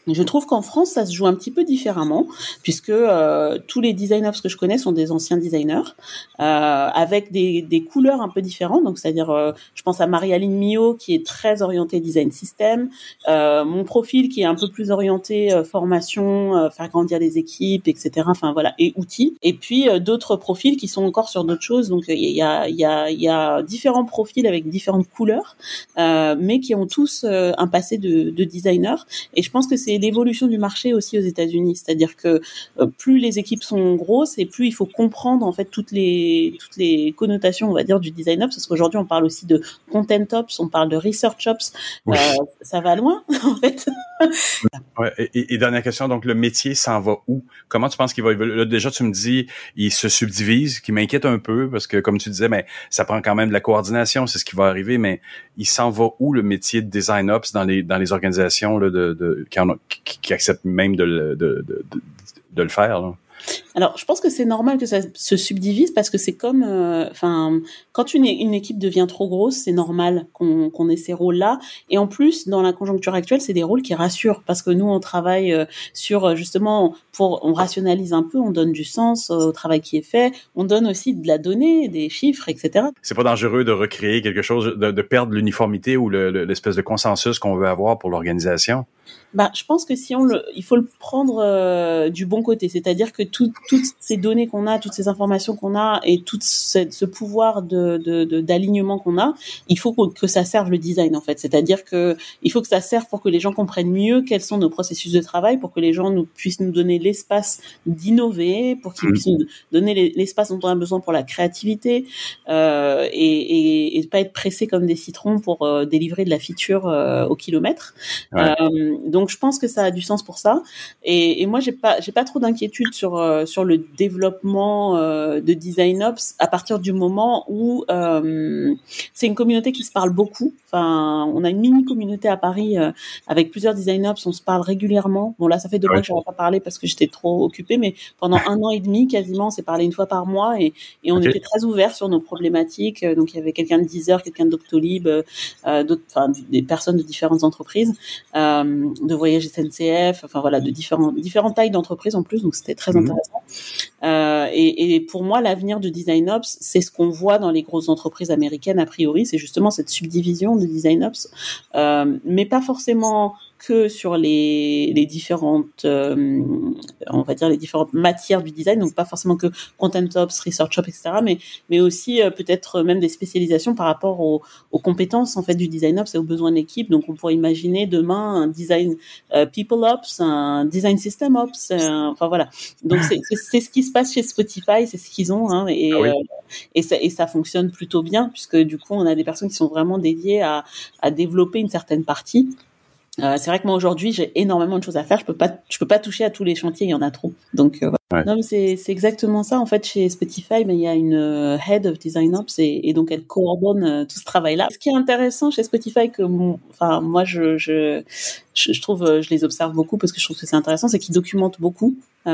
Je trouve qu'en France, ça se joue un petit peu différemment, puisque euh, tous les design ops que je connais sont des anciens designers, euh, avec des, des couleurs un peu différentes. Donc, c'est-à-dire, euh, je pense à Marie-Aline Millot, qui est très orientée design system, euh, mon profil qui est un peu plus orienté euh, formation, euh, faire grandir les équipes, et cetera. Enfin voilà, et outils. Et puis euh, d'autres profils qui sont encore sur d'autres choses. Donc, il y a, il y a, il y a différents profils avec différentes couleurs, euh, mais qui ont tous euh, un passé de, de designer. Et je pense que c'est l'évolution du marché aussi aux États-Unis, c'est-à-dire que euh, plus les équipes sont grosses et plus il faut comprendre en fait toutes les toutes les connotations, on va dire, du design ops, parce qu'aujourd'hui on parle aussi de content ops, on parle de research ops, oui. euh, ça va loin en fait. Ouais, et, et dernière question, donc le métier s'en va où? Comment tu penses qu'il va évoluer? Là, déjà tu me dis il se subdivise, ce qui m'inquiète un peu parce que comme tu disais, mais ça prend quand même de la coordination, c'est ce qui va arriver, mais il s'en va où le métier de design ops dans les dans les organisations là, de, de qui, en ont, qui, qui acceptent même de le, de, de, de, de le faire là? Alors, je pense que c'est normal que ça se subdivise parce que c'est comme, enfin, euh, quand une, une équipe devient trop grosse, c'est normal qu'on, qu'on ait ces rôles-là. Et en plus, dans la conjoncture actuelle, c'est des rôles qui rassurent parce que nous, on travaille euh, sur justement pour, on rationalise un peu, on donne du sens au travail qui est fait, on donne aussi de la donnée, des chiffres, et cetera. C'est pas dangereux de recréer quelque chose, de, de perdre l'uniformité ou le, le, l'espèce de consensus qu'on veut avoir pour l'organisation? Bah, je pense que si on le, il faut le prendre euh, du bon côté, c'est-à-dire que tout, toutes ces données qu'on a, toutes ces informations qu'on a et tout ce, ce pouvoir de, de, de d'alignement qu'on a, il faut que, que ça serve le design en fait. C'est-à-dire que il faut que ça serve pour que les gens comprennent mieux quels sont nos processus de travail, pour que les gens nous puissent nous donner l'espace d'innover, pour qu'ils mmh. puissent nous donner l'espace dont on a besoin pour la créativité euh, et, et, et pas être pressés comme des citrons pour euh, délivrer de la feature euh, au kilomètre. Ouais. Euh, Donc je pense que ça a du sens pour ça. Et, et moi j'ai pas j'ai pas trop d'inquiétude sur euh, sur le développement euh, de design ops à partir du moment où euh, c'est une communauté qui se parle beaucoup. Enfin, on a une mini communauté à Paris euh, avec plusieurs design ops, on se parle régulièrement. Bon là ça fait deux ouais. mois que j'en ai pas parlé parce que j'étais trop occupée, mais pendant un an et demi quasiment on s'est parlé une fois par mois et et on okay. était très ouverts sur nos problématiques. Donc il y avait quelqu'un de Deezer, quelqu'un de Doctolib, euh, d'autres, enfin des personnes de différentes entreprises. Euh, de voyage S N C F, enfin voilà, de différents, différentes tailles d'entreprises en plus, donc c'était très mmh. intéressant. Euh, et, et pour moi, l'avenir de Design Ops, c'est ce qu'on voit dans les grosses entreprises américaines a priori, c'est justement cette subdivision de Design Ops, euh, mais pas forcément que sur les, les différentes, euh, on va dire les différentes matières du design, donc pas forcément que content ops, research ops, et cetera, mais mais aussi euh, peut-être même des spécialisations par rapport aux, aux compétences en fait du design ops et aux besoins de l'équipe. Donc on pourrait imaginer demain un design euh, people ops, un design system ops, un, enfin voilà. Donc c'est, c'est c'est ce qui se passe chez Spotify, c'est ce qu'ils ont, hein, et ah oui. euh, et ça et ça fonctionne plutôt bien puisque du coup on a des personnes qui sont vraiment dédiées à à développer une certaine partie. Euh, c'est vrai que moi aujourd'hui j'ai énormément de choses à faire. Je peux pas, je peux pas toucher à tous les chantiers, il y en a trop. Donc euh, voilà. Ouais. Non mais c'est c'est exactement ça en fait chez Spotify. Mais il y a une euh, head of design ops et, et donc elle coordonne euh, tout ce travail-là. Ce qui est intéressant chez Spotify que mon, enfin moi je je je, je trouve, je les observe beaucoup parce que je trouve que c'est intéressant, c'est qu'ils documentent beaucoup.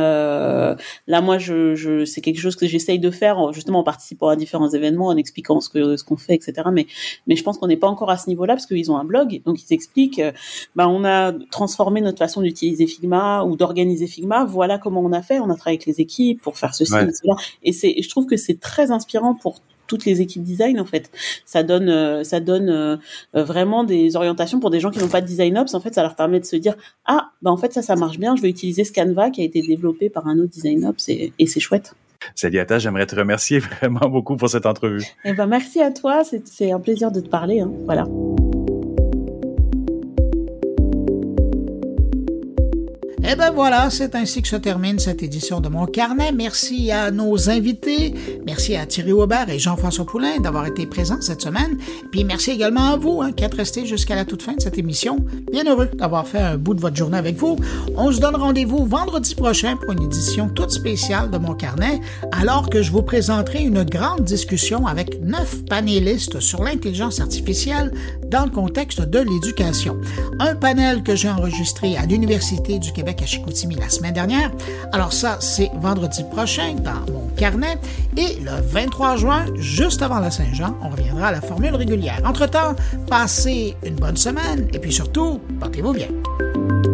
Euh, là, moi, je, je, c'est quelque chose que j'essaye de faire, justement en participant à différents événements, en expliquant ce que ce qu'on fait, et cetera. Mais, mais je pense qu'on n'est pas encore à ce niveau-là parce qu'ils ont un blog, donc ils expliquent. Euh, ben, on a transformé notre façon d'utiliser Figma ou d'organiser Figma. Voilà comment on a fait. On a travaillé avec les équipes pour faire ceci, ouais. et cela. Et c'est, je trouve que c'est très inspirant pour toutes les équipes design en fait. Ça donne euh, ça donne euh, vraiment des orientations pour des gens qui n'ont pas de design ops. En fait, ça leur permet de se dire ah bah en fait ça ça marche bien, je vais utiliser ce Canva qui a été développé par un autre design ops et, et c'est chouette. Saliata, j'aimerais te remercier vraiment beaucoup pour cette entrevue. Eh ben merci à toi, c'est c'est un plaisir de te parler, hein. Voilà. Eh ben voilà, c'est ainsi que se termine cette édition de Mon Carnet. Merci à nos invités, merci à Thierry Aubert et Jean-François Poulain d'avoir été présents cette semaine. Puis merci également à vous hein, qui êtes restés jusqu'à la toute fin de cette émission. Bien heureux d'avoir fait un bout de votre journée avec vous. On se donne rendez-vous vendredi prochain pour une édition toute spéciale de Mon Carnet, alors que je vous présenterai une grande discussion avec neuf panélistes sur l'intelligence artificielle dans le contexte de l'éducation. Un panel que j'ai enregistré à l'Université du Québec à Chicoutimi la semaine dernière. Alors ça, c'est vendredi prochain dans Mon Carnet. Et le vingt-trois juin, juste avant la Saint-Jean, on reviendra à la formule régulière. Entre-temps, passez une bonne semaine et puis surtout, portez-vous bien.